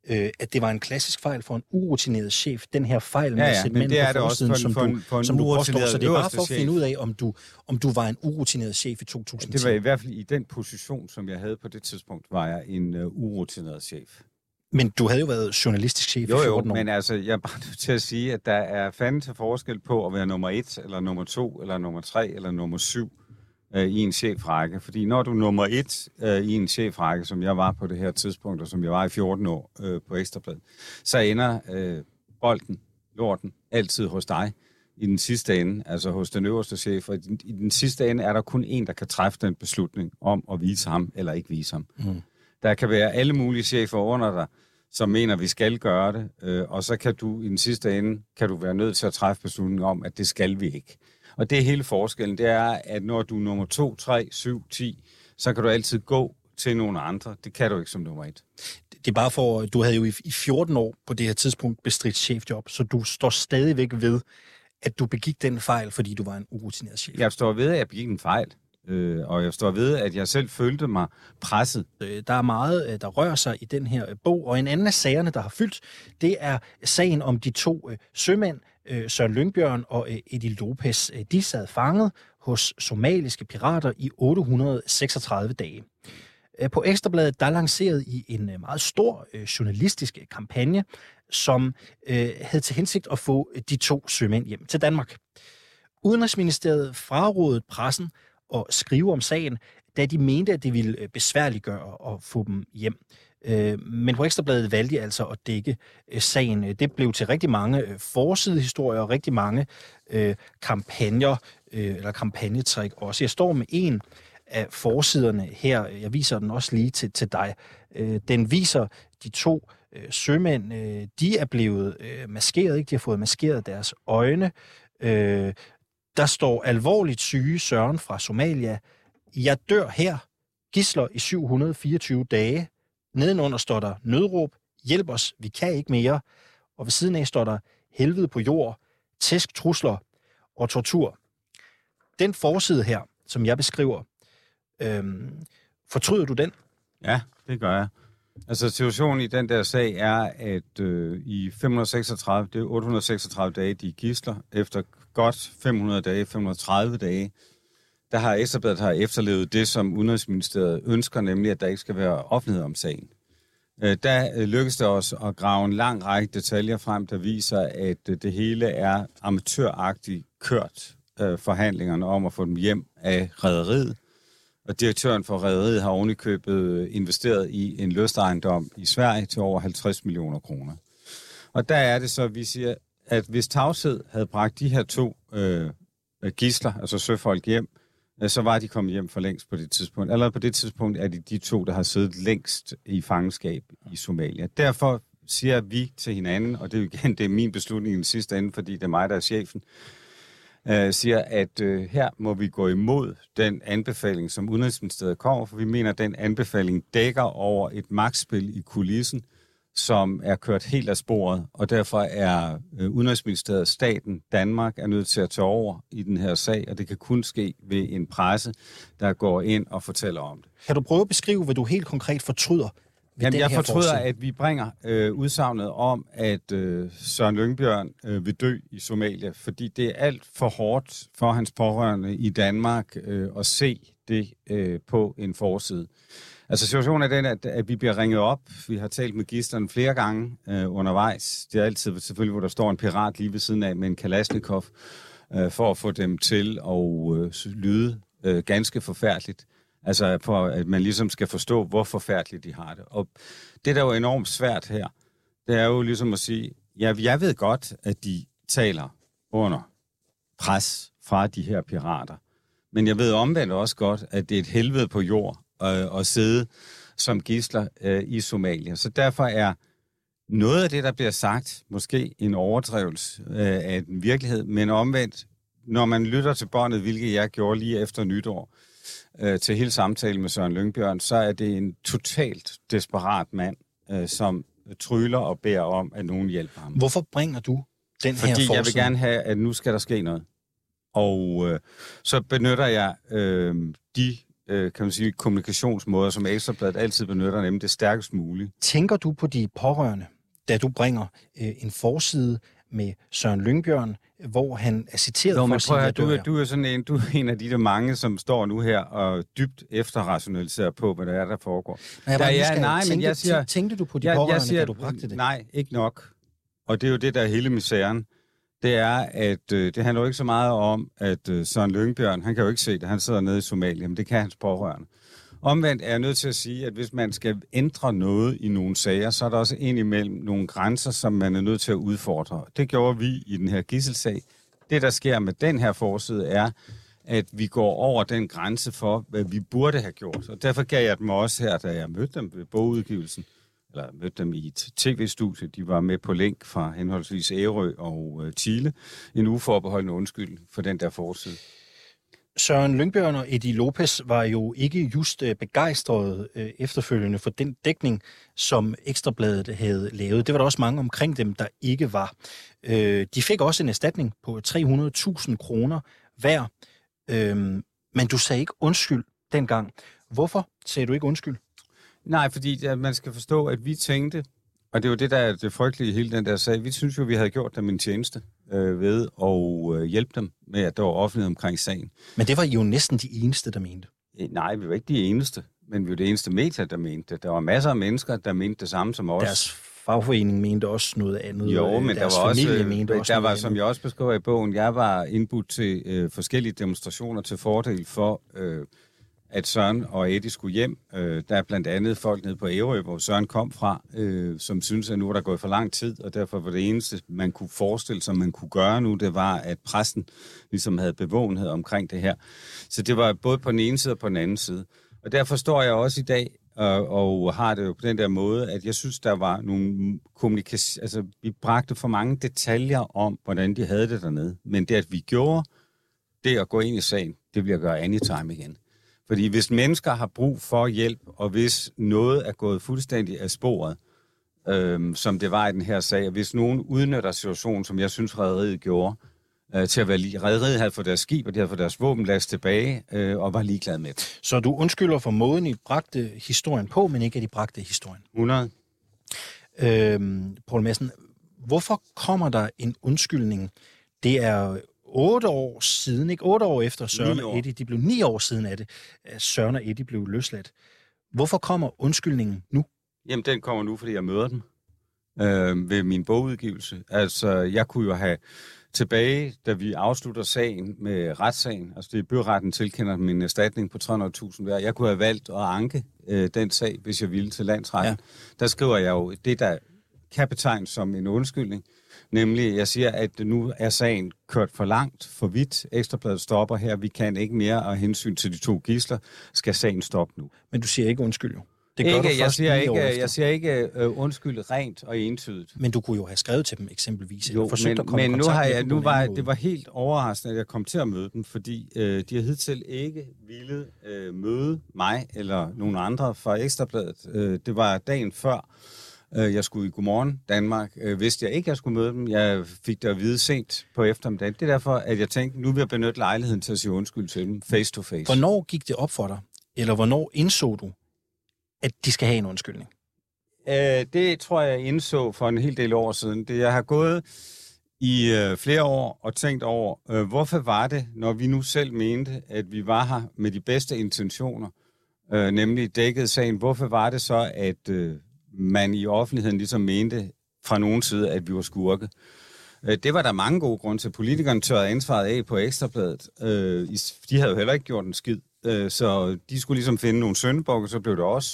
øh, at det var en klassisk fejl for en urutineret chef, den her fejl med ja, ja, at sætte mænd på forsiden, som for en, du, for en som du påstår. Så det er bare for at chef. finde ud af, om du, om du var en urutineret chef i to tusind og ti. Det var i hvert fald i den position, som jeg havde på det tidspunkt, var jeg en uh, urutineret chef. Men du havde jo været journalistisk chef jo, i fjorten jo, år. men altså, jeg er bare nødt til at sige, at der er fandme til forskel på at være nummer et, eller nummer to, eller nummer tre, eller nummer syv øh, i en chefrække. Fordi når du er nummer et øh, i en chefrække, som jeg var på det her tidspunkt, og som jeg var i fjorten år øh, på Ekstra Bladet, så ender øh, bolden, lorten, altid hos dig i den sidste ende, altså hos den øverste chef. Og i den, i den sidste ende er der kun en, der kan træffe den beslutning om at vise ham eller ikke vise ham. Mm. Der kan være alle mulige chefer under dig, som mener, vi skal gøre det, øh, og så kan du i den sidste ende, kan du være nødt til at træffe beslutningen om, at det skal vi ikke. Og det er hele forskellen, det er, at når du er nummer to, tre, syv, ti, så kan du altid gå til nogle andre. Det kan du ikke som nummer et. Det er bare for, du havde jo i fjorten år på det her tidspunkt bestridt chefjob, så du står stadigvæk ved, at du begik den fejl, fordi du var en urutineret chef. Jeg står ved, at jeg begik en fejl. Øh, og jeg står ved, at jeg selv følte mig presset. Der er meget, der rører sig i den her bog, og en anden af sagerne, der har fyldt, det er sagen om de to øh, sømænd, øh, Søren Lyngbjørn og øh, Eddie Lopez. De sad fanget hos somaliske pirater i otte hundrede og seksogtredive dage. På Ekstrabladet, der lancerede I en meget stor øh, journalistisk kampagne, som øh, havde til hensigt at få de to sømænd hjem til Danmark. Udenrigsministeriet frarådede pressen at skrive om sagen, da de mente, at det ville besværliggøre at få dem hjem. Men på Ekstrabladet valgte de altså at dække sagen. Det blev til rigtig mange forsidehistorier og rigtig mange kampagner eller kampagnetræk også. Jeg står med en af forsiderne her. Jeg viser den også lige til, til dig. Den viser de to sømænd. De er blevet maskeret, ikke? De har fået maskeret deres øjne. Der står alvorligt syge Søren fra Somalia. Jeg dør her. Gidsler i syv hundrede og fireogtyve dage. Nedenunder står der nødråb. Hjælp os, vi kan ikke mere. Og ved siden af står der helvede på jord, tæsk, trusler og tortur. Den forside her, som jeg beskriver, øhm, fortryder du den? Ja, det gør jeg. Altså situationen i den der sag er, at øh, i fem hundrede og seksogtredive, det er otte hundrede og seksogtredive dage, de gidsler. Efter godt fem hundrede dage, fem hundrede og tredive dage, der har Ekstra Bladet har efterlevet det, som Udenrigsministeriet ønsker, nemlig at der ikke skal være offentlighed om sagen. Øh, der øh, lykkes det også at grave en lang række detaljer frem, der viser, at øh, det hele er amatøragtigt kørt øh, forhandlingerne om at få dem hjem af rederiet. Og direktøren for rederiet har ovenikøbet investeret i en lystejendom i Sverige til over halvtreds millioner kroner. Og der er det så, at vi siger, at hvis tavshed havde bragt de her to øh, gidsler, altså søfolk hjem, øh, så var de kommet hjem for længst på det tidspunkt. Allerede på det tidspunkt er de de to, der har siddet længst i fangenskab i Somalia. Derfor siger vi til hinanden, og det er jo igen det er min beslutning i den sidste ende, fordi det er mig, der er chefen, Uh, siger, at uh, her må vi gå imod den anbefaling, som Udenrigsministeriet kommer, for vi mener, at den anbefaling dækker over et magtspil i kulissen, som er kørt helt af sporet, og derfor er uh, Udenrigsministeriet, staten, Danmark, er nødt til at tage over i den her sag, og det kan kun ske ved en presse, der går ind og fortæller om det. Kan du prøve at beskrive, hvad du helt konkret fortryder? Jamen, jeg fortryder, forsøg. at vi bringer øh, udsagnet om, at øh, Søren Lyngbjørn øh, vil dø i Somalia, fordi det er alt for hårdt for hans pårørende i Danmark øh, at se det øh, på en forside. Altså situationen er den, at, at vi bliver ringet op. Vi har talt med gidslerne flere gange øh, undervejs. Det er altid selvfølgelig, hvor der står en pirat lige ved siden af med en Kalashnikov, øh, for at få dem til at øh, lyde øh, ganske forfærdeligt. Altså for at man ligesom skal forstå, hvor forfærdeligt de har det. Og det, der er jo enormt svært her, det er jo ligesom at sige, ja, jeg ved godt, at de taler under pres fra de her pirater. Men jeg ved omvendt også godt, at det er et helvede på jord øh, at sidde som gidsler øh, i Somalia. Så derfor er noget af det, der bliver sagt, måske en overdrivelse øh, af den virkelighed, men omvendt, når man lytter til båndet, hvilket jeg gjorde lige efter nytår, øh, til hele samtalen med Søren Lyngbjørn, så er det en totalt desperat mand, øh, som tryller og beder om, at nogen hjælper ham. Hvorfor bringer du den Fordi her forside? Fordi jeg vil gerne have, at nu skal der ske noget. Og øh, så benytter jeg øh, de øh, kan man sige, kommunikationsmåder, som Ekstrabladet altid benytter, nemlig det stærkest mulige. Tænker du på de pårørende, da du bringer øh, en forside med Søren Lyngbjørn, hvor han er citeret Nå, for men at prøv at sige, høre, du, du er sådan en, du er en af de der mange, som står nu her og dybt efterrationaliserer på, hvad der er, der foregår. Nej, der, ja, nej, tænkte, men jeg siger, tænkte du på de jeg, pårørende, jeg siger, da du bragte det? Nej, ikke nok. Og det er jo det, der er hele misæren. Det er, at øh, det handler jo ikke så meget om, at øh, Søren Lyngbjørn, han kan jo ikke se det, han sidder nede i Somalia, men det kan hans pårørende. Omvendt er jeg nødt til at sige, at hvis man skal ændre noget i nogle sager, så er der også indimellem nogle grænser, som man er nødt til at udfordre. Det gjorde vi i den her gidselsag. Det, der sker med den her forside, er, at vi går over den grænse for, hvad vi burde have gjort. Og derfor gav jeg dem også her, da jeg mødte dem ved bogudgivelsen, eller mødte dem i et tv-studie. De var med på link fra henholdsvis Ærø og øh, Chile. En uforbeholdende undskyld for den der forside. Søren Lyngbjørn og Eddie Lopez var jo ikke just begejstrede øh, efterfølgende for den dækning, som Ekstrabladet havde lavet. Det var der også mange omkring dem, der ikke var. Øh, de fik også en erstatning på tre hundrede tusind kroner hver. Øh, men du sagde ikke undskyld dengang. Hvorfor sagde du ikke undskyld? Nej, fordi ja, man skal forstå, at vi tænkte, og det var det, der er det frygtelige i hele den der sag, vi synes jo, vi havde gjort dem en tjeneste øh, ved at øh, hjælpe dem med, at der var offentlighed omkring sagen. Men det var jo næsten de eneste, der mente. Nej, vi var ikke de eneste, men vi var det eneste medier, der mente det. Der var masser af mennesker, der mente det samme som os. Deres fagforening mente også noget andet. Jo, men deres der var familie også, mente også der noget var, andet. som jeg også beskriver i bogen, jeg var indbudt til øh, forskellige demonstrationer til fordel for, øh, at Søren og Eddie skulle hjem. Øh, der er blandt andet folk nede på Ærø, hvor Søren kom fra, øh, som synes, at nu er der gået for lang tid, og derfor var det eneste, man kunne forestille sig, man kunne gøre nu, det var, at pressen ligesom havde bevågenhed omkring det her. Så det var både på den ene side og på den anden side. Og derfor står jeg også i dag og, og har det jo på den der måde, at jeg synes, der var nogle kommunikation... Altså, vi bragte for mange detaljer om, hvordan de havde det dernede. Men det, at vi gjorde det at gå ind i sagen, det vil jeg gøre anytime igen. Fordi hvis mennesker har brug for hjælp, og hvis noget er gået fuldstændig af sporet, øhm, som det var i den her sag, og hvis nogen udnytter situationen, som jeg synes, rederiet gjorde, øh, til at være lige... Rederiet havde fået deres skib, og de havde fået deres våbenlast tilbage, øh, og var ligeglade med det. Så du undskylder for måden, I bragte historien på, men ikke at I bragte historien? hundrede. Øhm, Poul Madsen, hvorfor kommer der en undskyldning? Det er otte år siden, ikke? Otte år efter Søren og Eddie, de blev ni år siden af det, at Søren og Eddie blev løsladt. Hvorfor kommer undskyldningen nu? Jamen, den kommer nu, fordi jeg møder den øh, ved min bogudgivelse. Altså, jeg kunne jo have tilbage, da vi afslutter sagen med retssagen, altså det er byretten tilkender dem en erstatning på tre hundrede tusind hver. Jeg kunne have valgt at anke øh, den sag, hvis jeg ville til landsretten. Ja. Der skriver jeg jo det, der kan betegnes som en undskyldning. Nemlig, jeg siger, at nu er sagen kørt for langt, for vidt. Ekstrabladet stopper her. Vi kan ikke mere af hensyn til de to gidsler. Skal sagen stoppe nu? Men du siger ikke undskyld, jo. Det gør ikke, du jeg, siger ikke, jeg siger ikke uh, undskyld rent og entydigt. Men du kunne jo have skrevet til dem eksempelvis. Jo, men, at komme men nu har jeg, nu var, det var helt overraskende, at jeg kom til at møde dem, fordi øh, de har hidtil ikke ville øh, møde mig eller nogen andre fra Ekstrabladet. Øh, det var dagen før, øh, jeg skulle i Godmorgen Danmark. Øh, vidste jeg ikke, jeg skulle møde dem. Jeg fik det at vide sent på eftermiddagen. Det er derfor, at jeg tænkte, nu vil jeg benytte lejligheden til at sige undskyld til dem face to face. Hvornår gik det op for dig? Eller hvornår indså du, at de skal have en undskyldning? Øh, det tror jeg indså for en hel del år siden. Det, jeg har gået i øh, flere år og tænkt over, øh, hvorfor var det, når vi nu selv mente, at vi var her med de bedste intentioner, øh, nemlig dækket sagen, hvorfor var det så, at øh, man i offentligheden ligesom mente fra nogen side, at vi var skurke? Øh, det var der mange gode grunde til. Politikerne tørrede ansvaret af på Ekstrabladet. Øh, de havde jo heller ikke gjort en skid. Så de skulle ligesom finde nogle syndebukke, så blev det også.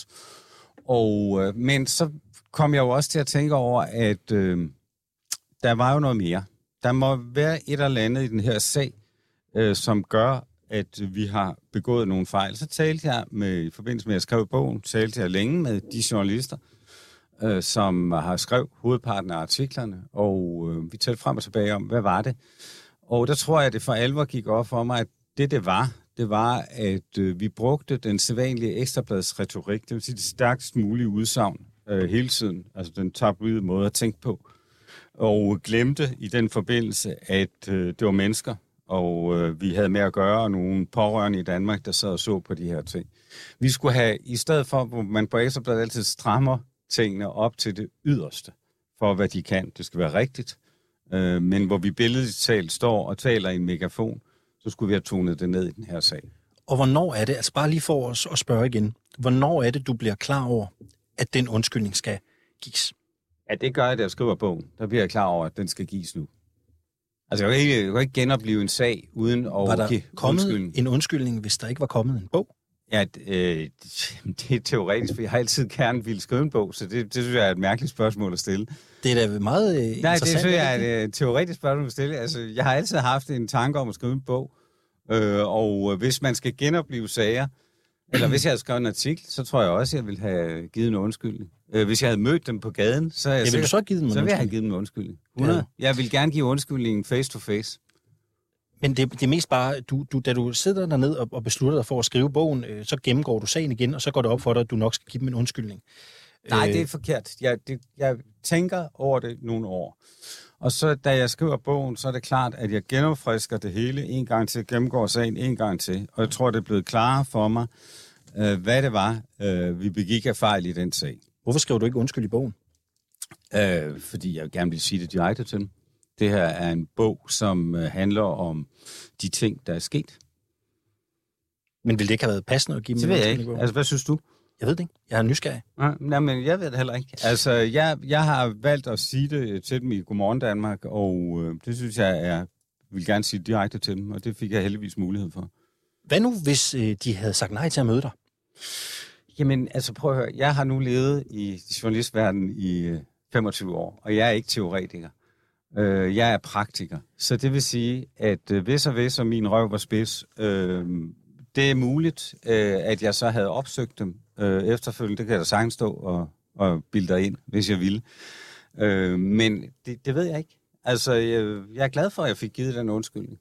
Og, øh, men så kom jeg jo også til at tænke over, at øh, der var jo noget mere. Der må være et eller andet i den her sag, øh, som gør, at vi har begået nogle fejl. Så talte jeg med, i forbindelse med, at jeg skrev bogen, talte jeg længe med de journalister, øh, som har skrevet hovedparten af artiklerne, og øh, vi talte frem og tilbage om, hvad var det? Og der tror jeg, at det for alvor gik op for mig, at det, det var, det var, at øh, vi brugte den sædvanlige Ekstrabladets retorik, det vil sige det stærkest mulige udsagn øh, hele tiden, altså den tabloide måde at tænke på, og glemte i den forbindelse, at øh, det var mennesker, og øh, vi havde med at gøre nogle pårørende i Danmark, der sad og så på de her ting. Vi skulle have, i stedet for, hvor man på Ekstra Bladet altid strammer tingene op til det yderste, for hvad de kan. Det skal være rigtigt. Øh, men hvor vi billedligt talt står og taler i en megafon, så skulle vi have tonet det ned i den her sag. Og hvornår er det, altså bare lige for os at spørge igen, hvornår er det, du bliver klar over, at den undskyldning skal gives? Ja, det gør jeg, da jeg skriver bogen. Der bliver jeg klar over, at den skal gives nu. Altså, jeg kan ikke, jeg kan ikke genopleve en sag uden at var der give kommet undskyldning. en undskyldning, hvis der ikke var kommet en bog? Ja, øh, det er teoretisk, for jeg har altid gerne ville skrive en bog, så det, det synes jeg er et mærkeligt spørgsmål at stille. Det er da meget øh, interessant. Nej, det synes jeg er et øh, teoretisk spørgsmål at stille. Altså, jeg har altid haft en tanke om at skrive en bog, øh, og øh, hvis man skal genopleve sager, eller hvis jeg havde skrevet en artikel, så tror jeg også, at jeg ville have givet en undskyldning. Øh, hvis jeg havde mødt dem på gaden, så, jeg ja, sikkert, vil du så give dem en så ville jeg have givet dem en undskyldning. hundrede. Ja. Jeg vil gerne give undskyldningen face to face. Men det, det er mest bare, du, du, da du sidder derned og, og beslutter dig for at skrive bogen, øh, så gennemgår du sagen igen, og så går det op for dig, at du nok skal give dem en undskyldning. Nej, det er forkert. Jeg, det, jeg tænker over det nogle år. Og så da jeg skriver bogen, så er det klart, at jeg genopfrisker det hele en gang til, gennemgår sagen en gang til. Og jeg tror, det er blevet klarere for mig, øh, hvad det var, øh, vi begik af fejl i den sag. Hvorfor skriver du ikke undskyld i bogen? Øh, fordi jeg gerne vil sige det direkte til dem. Det her er en bog, som øh, handler om de ting, der er sket. Men ville det ikke have været passende at give dem det en undskyldning? Det ved jeg ikke. Altså, hvad synes du? Jeg ved det ikke. Jeg er nysgerrig. Nej, men jeg ved det heller ikke. Altså, jeg, jeg har valgt at sige det til dem i Godmorgen Danmark, og øh, det synes jeg er, vil gerne sige direkte til dem, og det fik jeg heldigvis mulighed for. Hvad nu, hvis øh, de havde sagt nej til at møde dig? Jamen, altså prøv at høre. Jeg har nu levet i journalistverdenen i øh, femogtyve år, og jeg er ikke teoretiker. Øh, jeg er praktiker. Så det vil sige, at øh, hvis og hvis og min røv var spids, øh, det er muligt, øh, at jeg så havde opsøgt dem øh, efterfølgende. Det kan jeg da sagtens stå og, og bilde dig ind, hvis jeg ville. Øh, men det, det ved jeg ikke. Altså, jeg, jeg er glad for, at jeg fik givet den undskyldning.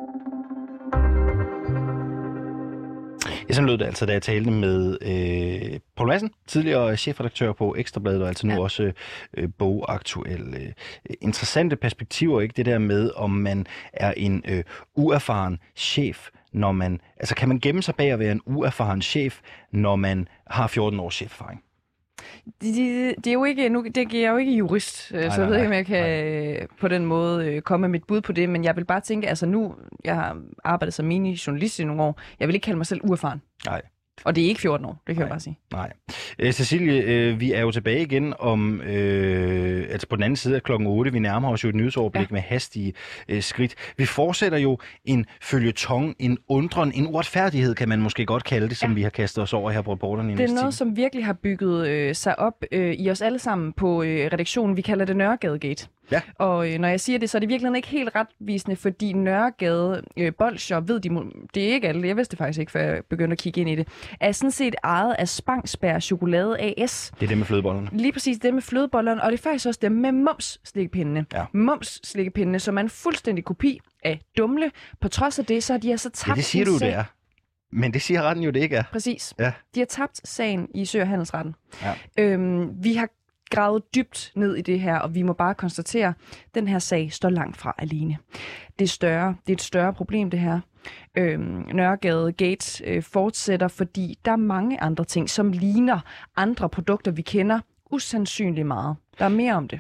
Ja, sådan lød det altså, da jeg talte med øh, Poul Madsen, tidligere chefredaktør på Ekstra Bladet, og altså nu ja. også øh, bogaktuel. Øh, interessante perspektiver, ikke? Det der med, om man er en øh, uerfaren chef, når man... Altså, kan man gemme sig bag at være en uerfaren chef, når man har fjorten års cheferfaring? Det, det, det er jo ikke, nu, det giver jo ikke jurist, nej, så jeg ved ikke, om jeg kan nej. på den måde komme med mit bud på det, men jeg vil bare tænke, altså nu, jeg har arbejdet som mini-journalist i nogle år, jeg vil ikke kalde mig selv uerfaren. Nej. Og det er ikke fjorten år, det kan Nej. jeg bare sige. Nej. Æ, Cecilie, øh, vi er jo tilbage igen om, øh, altså på den anden side af klokken otte. Vi nærmer os jo et nyhedsoverblik ja. med hastige øh, skridt. Vi fortsætter jo en føljeton, en undren, en uretfærdighed, kan man måske godt kalde det, som ja. vi har kastet os over her på Reporterne i Det er noget, som virkelig har bygget øh, sig op øh, i os alle sammen på øh, redaktionen. Vi kalder det Nørregade-gate. Ja. Og øh, når jeg siger det, så er det virkelig ikke helt retvisende, fordi Nørregade øh, bolsjer, ved de, det er ikke alle, jeg vidste det faktisk ikke, før jeg begyndte at kigge ind i det, er sådan set ejet af Spangsberg Chokolade A S. Det er det med flødebollerne. Lige præcis det med flødebollerne, og det er faktisk også det med Mums-slikkepindene. Ja. Mums-slikkepindene, som er en fuldstændig kopi af Dumle. På trods af det, så har de altså tabt. Ja, det siger du, det er. Men det siger retten jo, det ikke er. Præcis. Ja. De har tabt sagen i Sø- og Handelsretten. Ja. Øhm, vi har gravet dybt ned i det her, og vi må bare konstatere, at den her sag står langt fra alene. Det er større. Det er et større problem, det her. Øhm, Nørregade Gate øh, fortsætter, fordi der er mange andre ting, som ligner andre produkter, vi kender usandsynligt meget. Der er mere om det.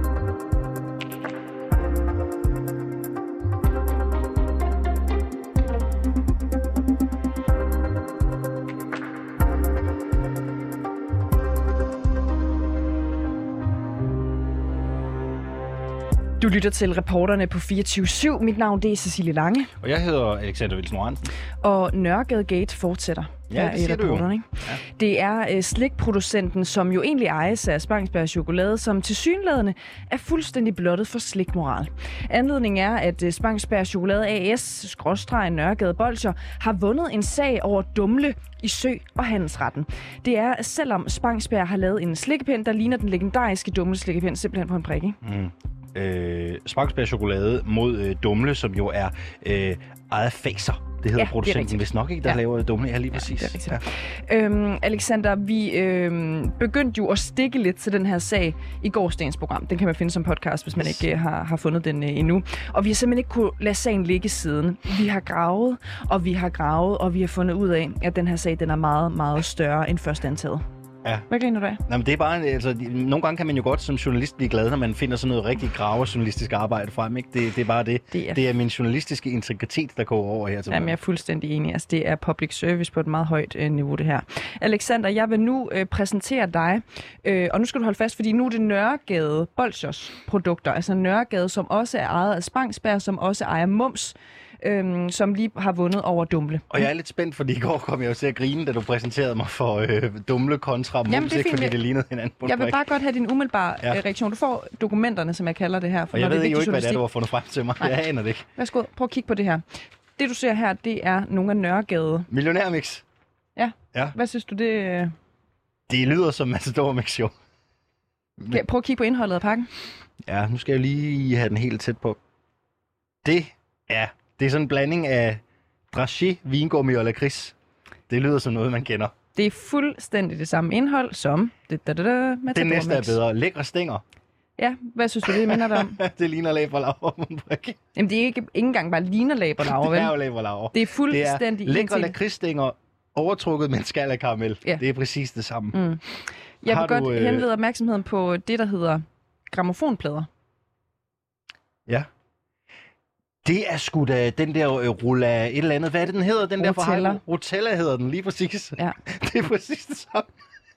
Du lytter til Reporterne på fireogtyve syv. Mit navn det er Cecilie Lange. Og jeg hedder Alexander Wilson Lorentzen. Og Nørregade Gate fortsætter. Ja, det siger du jo. Ikke? Ja. Det er uh, slikproducenten, som jo egentlig ejes af Spangsberg Chokolade, som tilsyneladende er fuldstændig blottet for slikmoral. Anledningen er, at uh, Spangsberg Chokolade A S, skråstreg Nørregade Bolsjer, har vundet en sag over Dumle i Sø- og Handelsretten. Det er, selvom Spangsberg har lavet en slikkepind, der ligner den legendariske Dumle slikkepind, simpelthen på en prik, ikke? Mm. øh, smagsbærchokolade mod øh, Dumle, som jo er øh, eget Faser. Det hedder ja, producenten, hvis nok ikke, der ja. laver Dumle. Ja, lige præcis. Ja, det er ja. øhm, Alexander, vi øhm, begyndte jo at stikke lidt til den her sag i gårsdagens program. Den kan man finde som podcast, hvis man yes. ikke øh, har, har fundet den øh, endnu. Og vi har simpelthen ikke kunne lade sagen ligge siden. Vi har gravet, og vi har gravet, og vi har fundet ud af, at den her sag den er meget, meget større end først antaget. Ja. Hvad griner du af? Nej, men det er bare, altså, nogle gange kan man jo godt som journalist blive glad, når man finder sådan noget rigtig gravejournalistisk arbejde frem, ikke? Det, det er bare det. Det er, det er min journalistiske integritet, der går over her til. Jamen, jeg er fuldstændig enig. Altså, det er public service på et meget højt øh, niveau, det her. Alexander, jeg vil nu øh, præsentere dig, øh, og nu skal du holde fast, fordi nu er det Nørregade Bolsjers produkter, altså Nørregade, som også er ejet af Spangsberg, som også ejer Mums, Øhm, som lige har vundet over Dumle. Og jeg er lidt spændt, fordi i går kom jeg jo til at grine, da du præsenterede mig for øh, Dumle kontra Mums, ikke, fordi det lignede hinanden på en Jeg vil bare godt have din umiddelbare ja. reaktion. Du får dokumenterne, som jeg kalder det her. For og jeg når ved det er jo ikke, hvad det er, du har fundet frem til mig. Nej. Jeg aner det ikke. Værsgo, prøv at kigge på det her. Det, du ser her, det er nogle af Nørregade. Millionærmix. Ja. ja. Hvad synes du, det... Det lyder som Matador Mix, jo. Men... Prøv at kigge på indholdet af pakken. Ja, nu skal jeg lige have den helt tæt på. Det er... Det er sådan en blanding af dragé, vingummi og lakrids. Det lyder som noget, man kender. Det er fuldstændig det samme indhold som... Det, da, da, da, det næste er bedre. Lækre stænger. Ja, hvad synes du, det minder dig om? Det ligner laberlaver. Jamen, det er ikke, ikke engang bare ligner laberlaver, vel? Det er jo laberlaver. Det er fuldstændig... Det er lækre lakridsstænger overtrukket med en skal af karamel. Ja. Det er præcis det samme. Mm. Jeg Har vil du, godt øh... henlede opmærksomheden på det, der hedder grammofonplader. Ja. Det er sgu da den der uh, rulla et eller andet. Hvad er det, den hedder? Den Rotella. Der for Rotella hedder den, lige præcis. Ja. Det er præcis det samme.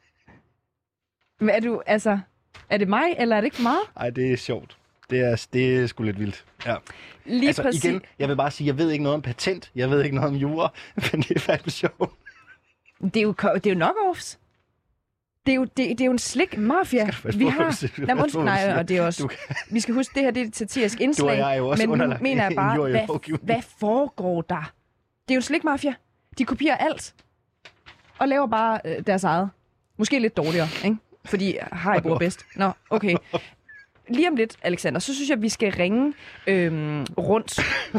Men er du, altså, er det mig, eller er det ikke for meget? Nej, det er sjovt. Det er, det er sgu lidt vildt. Ja. Lige altså, præcis. Igen, jeg vil bare sige, jeg ved ikke noget om patent. Jeg ved ikke noget om jura, men det er fandme sjovt. Det er jo, det er jo knock-offs. Det er jo, det, det er jo en slik mafia. Vi har... Nej, undskyld, nej, og det er også... Vi skal huske, det her det er et satirisk indslag. Du og jeg er jo også men nu mener jeg bare, hvad, hvad foregår der? Det er jo en slik mafia. De kopierer alt. Og laver bare øh, deres eget. Måske lidt dårligere, ikke? Fordi Haribo er bedst. Nå, okay. Lige om lidt, Alexander, så synes jeg, vi skal ringe øhm, rundt.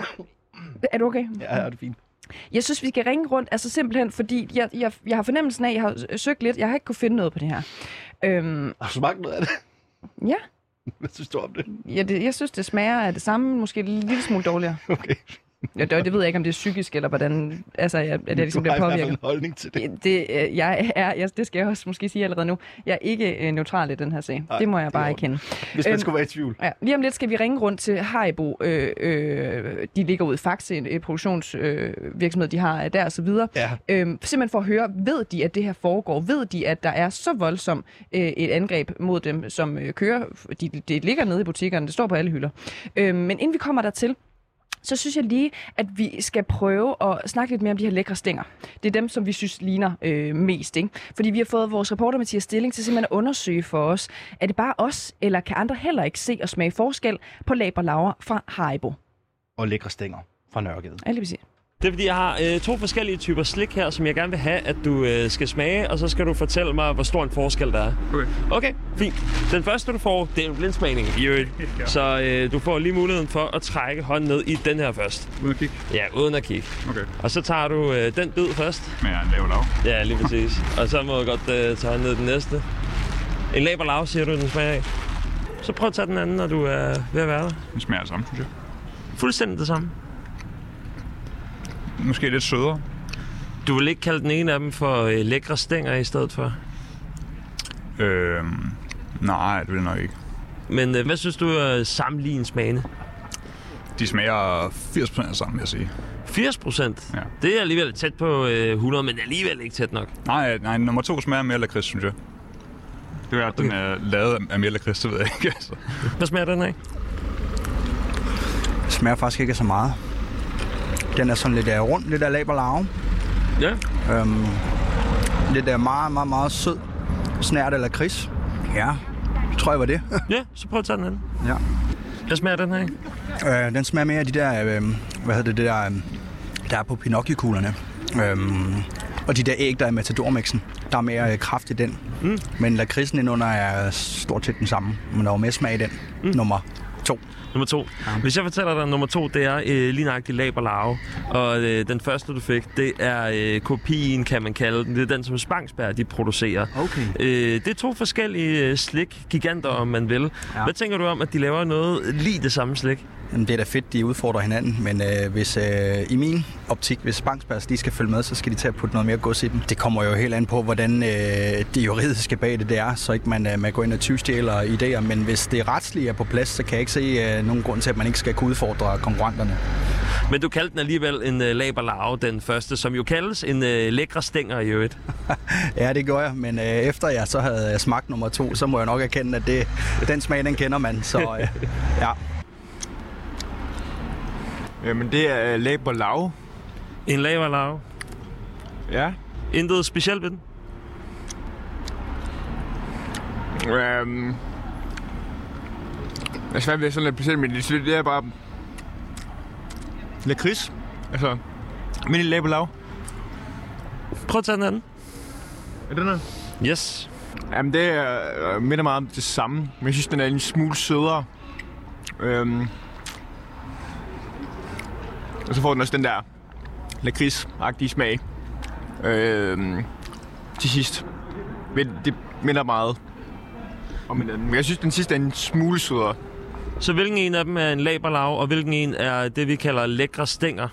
Er du okay? Ja, er det fint. Jeg synes, vi skal ringe rundt, altså simpelthen, fordi jeg, jeg, jeg har fornemmelsen af, at jeg har søgt lidt, jeg har ikke kunne finde noget på det her. Øhm, har du smagt noget af det? Ja. Hvad synes du om det? Ja, det, jeg synes, det smager af det samme, måske en lille smule dårligere. Okay. Ja, det, det ved jeg ikke, om det er psykisk, eller hvordan altså, jeg, at jeg ligesom bliver påvirket. Du har i hvert fald en holdning til det. det øh, jeg er, jeg, det skal jeg også måske sige allerede nu. Jeg er ikke øh, neutral i den her sag. Ej, det må jeg bare erkende. Hvis man øhm, skulle være i tvivl. Ja, lige om lidt skal vi ringe rundt til Haribo. Øh, øh, de ligger ude i Faxe, en, en produktionsvirksomhed, øh, de har der og så videre. Ja. Øhm, simpelthen for at høre, ved de, at det her foregår? Ved de, at der er så voldsomt øh, et angreb mod dem, som øh, kører? De, det ligger nede i butikkerne, det står på alle hylder. Øh, men inden vi kommer dertil, så synes jeg lige, at vi skal prøve at snakke lidt mere om de her lækre stænger. Det er dem, som vi synes ligner øh, mest, ikke? Fordi vi har fået vores reporter Mathias Stilling til simpelthen at undersøge for os, er det bare os, eller kan andre heller ikke se og smage forskel på laberlaver fra Haribo? Og lækre stænger fra Nørregade. Ja, lige præcis. Det er fordi, jeg har øh, to forskellige typer slik her, som jeg gerne vil have, at du øh, skal smage, og så skal du fortælle mig, hvor stor en forskel der er. Okay. Okay, fint. Den første, du får, det er en blindsmagning i øvrigt. Ja. Så øh, du får lige muligheden for at trække hånden ned i den her først. Uden at kigge? Ja, uden at kigge. Okay. Og så tager du øh, den bid først. Med en laberlav? Ja, lige præcis. Og så må du godt øh, tage hånden ned i den næste. En laberlav, siger du, den smager af. Så prøv at tage den anden, når du er ved at være der. Den smager det samme, synes jeg. Fuldstændig det samme. Måske lidt sødere. Du vil ikke kalde den ene af dem for øh, lækre stænger i stedet for? Øhm, nej, det vil jeg nok ikke. Men øh, hvad synes du er sammenlignende smagene? De smager firs procent af sammen, vil jeg sige. firs procent? Ja. Det er alligevel tæt på øh, hundrede, men alligevel ikke tæt nok. Nej, nej, nummer to smager mere lakrids, synes jeg. Det er, at okay. Den er lavet af mere lakrids, det ved jeg ikke. Altså. Hvad smager den af? Det smager faktisk ikke så meget. Den er sådan lidt uh, rund, lidt af laberlarve. Ja. Øhm, lidt af uh, meget, meget, meget sød. Snært eller lakrids. Ja, det tror jeg var det. Ja, så prøv at tage den anden. Ja. Hvad smager den her, ikke? Øh, den smager mere af de der, øh, hvad hedder det, det der, øh, der er på Pinocchio-kuglerne. Øhm, og de der æg, der er i Matador-mixen. Der er mere øh, kraft i den. Mm. Men lakridsen indunder er stort set den samme. Men der er jo mere smag i den. Mm. Nummer to. Nummer to. Ja. Hvis jeg fortæller dig, at nummer to, det er øh, lige nøjagtigt Lab og Larve. Og øh, den første, du fik, det er øh, kopien, kan man kalde den. Det er den, som Spangsberg, de producerer. Okay. Øh, det er to forskellige øh, slik-giganter, om man vil. Ja. Hvad tænker du om, at de laver noget lige det samme slik? Jamen, det er da fedt, de udfordrer hinanden, men øh, hvis, øh, i min optik, hvis Spangsbergs de skal følge med, så skal de til at putte noget mere gods i dem. Det kommer jo helt an på, hvordan øh, det juridiske bag det, det er, så ikke man, øh, man går ind og tyvstjæler idéer, men hvis det retslige er på plads, så kan jeg ikke se øh, nogen grund til, at man ikke skal kunne udfordre konkurrenterne. Men du kaldte den alligevel en uh, Lab og Larve, den første, som jo kaldes en uh, lækre stænger i øvrigt. Ja, det gør jeg, men øh, efter jeg så havde smagt nummer to, så må jeg nok erkende, at det, den smag, den kender man, så øh, ja. Jamen, det er Lab og Larve. En Lab og Larve? Ja. Intet specielt ved den? Um, jeg er svært ved sådan lidt specielt, men det er bare lakrids. Altså, almindelig Lab og Larve. Prøv at tage den anden. Er den her? Yes. Jamen, det er, minder meget om det samme, men jeg synes, den er en smule sødere. Um, Og så får den også den der lakrids-agtige smag øh, til sidst. Men det minder meget om hinanden. Men jeg synes, den sidste er en smule sødere. Så hvilken en af dem er en Lab og Larve, og hvilken en er det, vi kalder lækre stænger?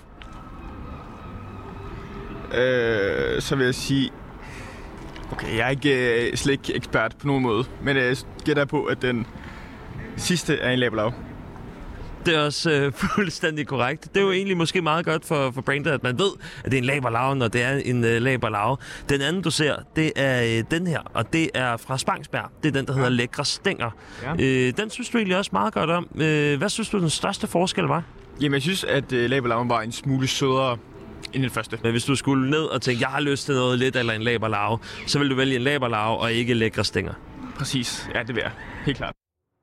Øh, så vil jeg sige... Okay, jeg er ikke øh, slet ikke ekspert på nogen måde. Men jeg gætter på, at den sidste er en Lab og Larve. Det er også øh, fuldstændig korrekt. Det er jo egentlig måske meget godt for, for brandet, at man ved, at det er en Lab og Larve, når det er en øh, Lab og Larve. Den anden, du ser, det er øh, den her, og det er fra Spangsberg. Det er den, der hedder ja. Lækre stænger. Ja. Øh, den synes du egentlig også meget godt om. Øh, hvad synes du, den største forskel var? Jamen, jeg synes, at øh, Lab og Larve var en smule sødere end den første. Men hvis du skulle ned og tænke, jeg har lyst til noget lidt eller en Lab og Larve, så vil du vælge en Lab og Larve og ikke Lækre stænger. Præcis. Ja, det vil jeg. Helt klart.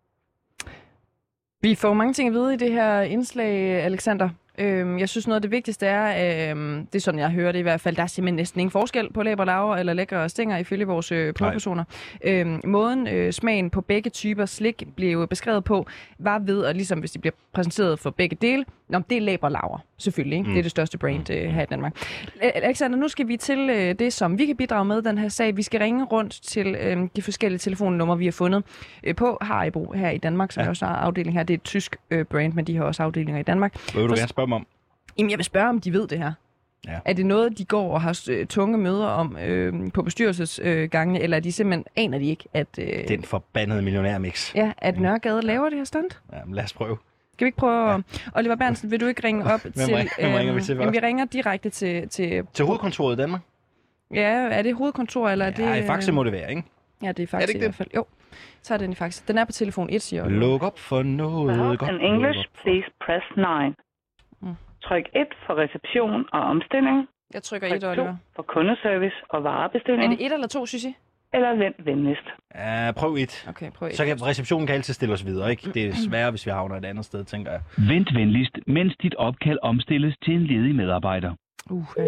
Vi får mange ting at vide i det her indslag, Alexander. Jeg synes noget af det vigtigste er, det er sådan jeg hører det i hvert fald, der er simpelthen næsten ingen forskel på Lab og Larve eller lækre stænger ifølge vores prøvepersoner. Måden smagen på begge typer slik blev beskrevet på, var ved, at ligesom hvis de bliver præsenteret for begge dele, nå, det er Lab og Larve, selvfølgelig. Ikke? Mm. Det er det største brand uh, her i Danmark. Alexander, nu skal vi til uh, det, som vi kan bidrage med den her sag. Vi skal ringe rundt til uh, de forskellige telefonnumre, vi har fundet uh, på Haribo her i Danmark, som ja. også har afdeling her. Det er et tysk uh, brand, men de har også afdelinger i Danmark. Hvad vil du gerne spørge dem om? Jamen, jeg vil spørge, om de ved det her. Ja. Er det noget, de går og har øh, tunge møder om øh, på bestyrelsesgangene, øh, eller er de simpelthen, aner de ikke, at... Øh, Den forbandede millionærmix. Ja, at Nørregade laver det her stunt? Ja, lad os prøve. Skal vi ikke prøve? Ja. Oliver Berntsen, vil du ikke ringe op til... Hvem ringer vi til? Jamen, vi ringer direkte til... Til, til hovedkontoret i Danmark? Ja, er det hovedkontor, eller er ja, det... Ja, i Faxe må det være, ikke? Ja, det er faktisk i hvert fald. Jo, så er den i Faxe. Den er på telefon et, siger Oliver. Luk op for noget godt. In English, please press nine. Mm. Tryk et for reception og omstilling. Jeg trykker et, Oliver. For kundeservice og varebestilling. Er det et eller to, Susie? Eller vent venligst. Ja, prøv et. Okay, prøv et. Så kan receptionen kan altid stille os videre, ikke? Det er sværere, hvis vi havner et andet sted, tænker jeg. Vent venligst, mens dit opkald omstilles til en ledig medarbejder. Uh, ja.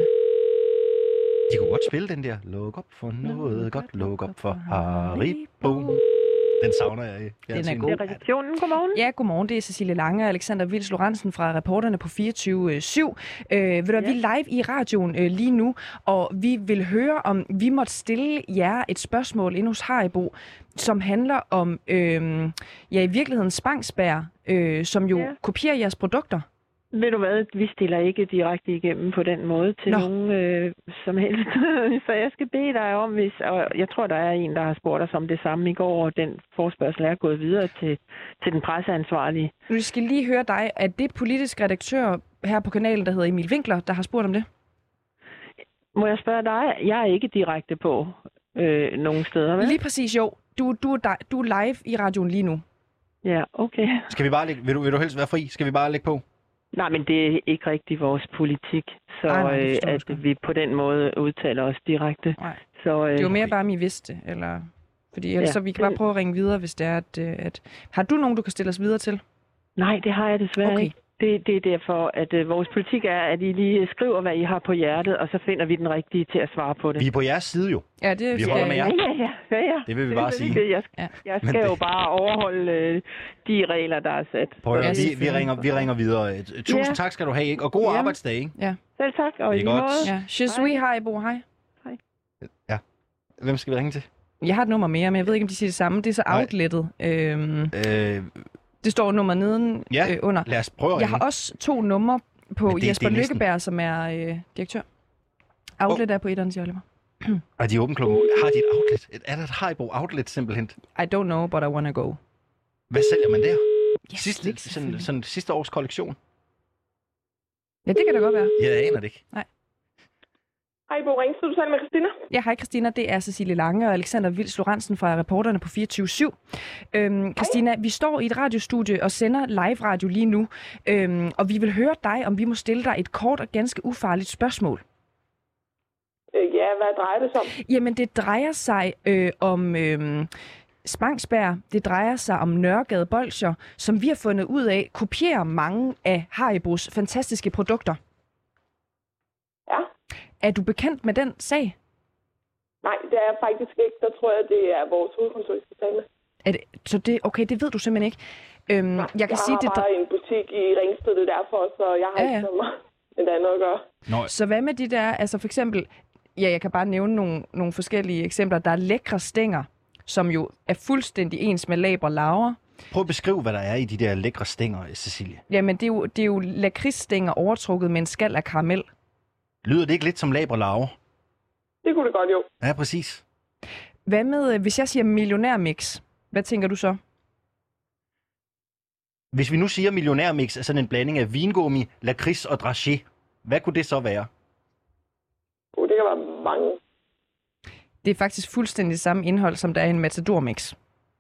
De kunne godt spille den der. Luk op for noget godt, luk op for Haribo. Den savner jeg i. Den er god. Det er receptionen. Godmorgen. Ja, godmorgen. Det er Cecilie Lange og Alexander Vils Lorentzen fra Reporterne på fireogtyve syv. Øh, ved du, ja. Vi er live i radioen øh, lige nu, og vi vil høre, om vi måtte stille jer et spørgsmål inde hos Haribo, som handler om, øh, ja, i virkeligheden Spangsberg, øh, som jo ja. kopierer jeres produkter. Ved du hvad, vi stiller ikke direkte igennem på den måde til Nå. nogen øh, som helst. Så jeg skal bede dig om, hvis, og jeg tror, der er en, der har spurgt os om det samme i går, og den forspørgsel er gået videre til, til den presseansvarlige. Vi skal lige høre dig. Er det politisk redaktør her på kanalen, der hedder Emil Winkler, der har spurgt om det? Må jeg spørge dig? Jeg er ikke direkte på øh, nogen steder, vel? Lige præcis, jo. Du, du, er, du er live i radioen lige nu. Ja, okay. Skal vi bare lægge, vil, du, vil du helst være fri? Skal vi bare lægge på? Nej, men det er ikke rigtig vores politik, så Ej, nej, øh, at sgu. vi på den måde udtaler os direkte. Så, øh, det er jo mere bare, om I vidste, eller... Fordi ellers ja, så vi kan bare prøve at ringe videre, hvis det er, at, at... Har du nogen, du kan stille os videre til? Nej, det har jeg desværre okay. ikke. Det, det er derfor, at øh, vores politik er, at I lige skriver, hvad I har på hjertet, og så finder vi den rigtige til at svare på det. Vi er på jeres side jo. Ja, det vi holder med jer. Ja, ja, ja, ja. Det vil vi det, bare det, sige. Det. Jeg, ja. jeg skal det... jo bare overholde øh, de regler, der er sat. Prøv at, vi, vi, ringer, vi ringer videre. Tusind ja. tak skal du have, ikke? Og god ja. arbejdsdag, ikke? Ja. Selv tak, og i måde. Ja. Je suis Haribo, hej. Hej. Ja. Hvem skal vi ringe til? Jeg har et nummer mere, men jeg ved ikke, om de siger det samme. Det er så outlettet. Øhm, øh... Det står nummer neden ja. øh, under. Lad os prøve at Jeg har også to numre på det, Jesper det næsten... Lykkeberg, som er øh, direktør. Outlet oh. er på etteren, siger Oliver. Er de åbent klokken? Har de et outlet? Er der et Haribo outlet simpelthen? I don't know, but I wanna go. Hvad sælger man der? Yes, sidste, sådan, sådan sidste års kollektion? Ja, det kan da godt være. Jeg aner det ikke. Nej. Hej, Bo Ringsted, du taler med Christina. Ja, hej Christina. Det er Cecilie Lange og Alexander Vils Lorentzen fra reporterne på fireogtyve syv. Øhm, Christina, vi står i et radiostudie og sender live radio lige nu, øhm, og vi vil høre dig, om vi må stille dig et kort og ganske ufarligt spørgsmål. Øh, ja, hvad drejer det sig om? Jamen, det drejer sig øh, om øh, Spangsberg. Det drejer sig om Nørregade Bolsjer, som vi har fundet ud af kopierer mange af Haribos fantastiske produkter. Ja. Er du bekendt med den sag? Nej, det er jeg faktisk ikke. Der tror jeg, det er vores hovedkontor, vi skal tale med. Er det, så det, okay, det ved du simpelthen ikke. Øhm, Nej, jeg kan jeg sige, har det bare en butik i Ringsted, det er derfor, så jeg har ja, ja. ikke så meget med det andet at gøre. Nå. Så hvad med de der, altså for eksempel, ja, jeg kan bare nævne nogle, nogle forskellige eksempler. Der er lækre stænger, som jo er fuldstændig ens med Laber Laver. Prøv at beskrive, hvad der er i de der lækre stænger, Cecilie. Jamen, det er jo, det er jo lakridsstænger overtrukket med en skal af karamel. Lyder det ikke lidt som Laber Laver? Det kunne det godt, jo. Ja, præcis. Hvad med, hvis jeg siger millionærmix? Hvad tænker du så? Hvis vi nu siger millionærmix er sådan en blanding af vingummi, lakrids og dragé, hvad kunne det så være? Oh, det kan være mange. Det er faktisk fuldstændig samme indhold, som der er i en Matador-mix.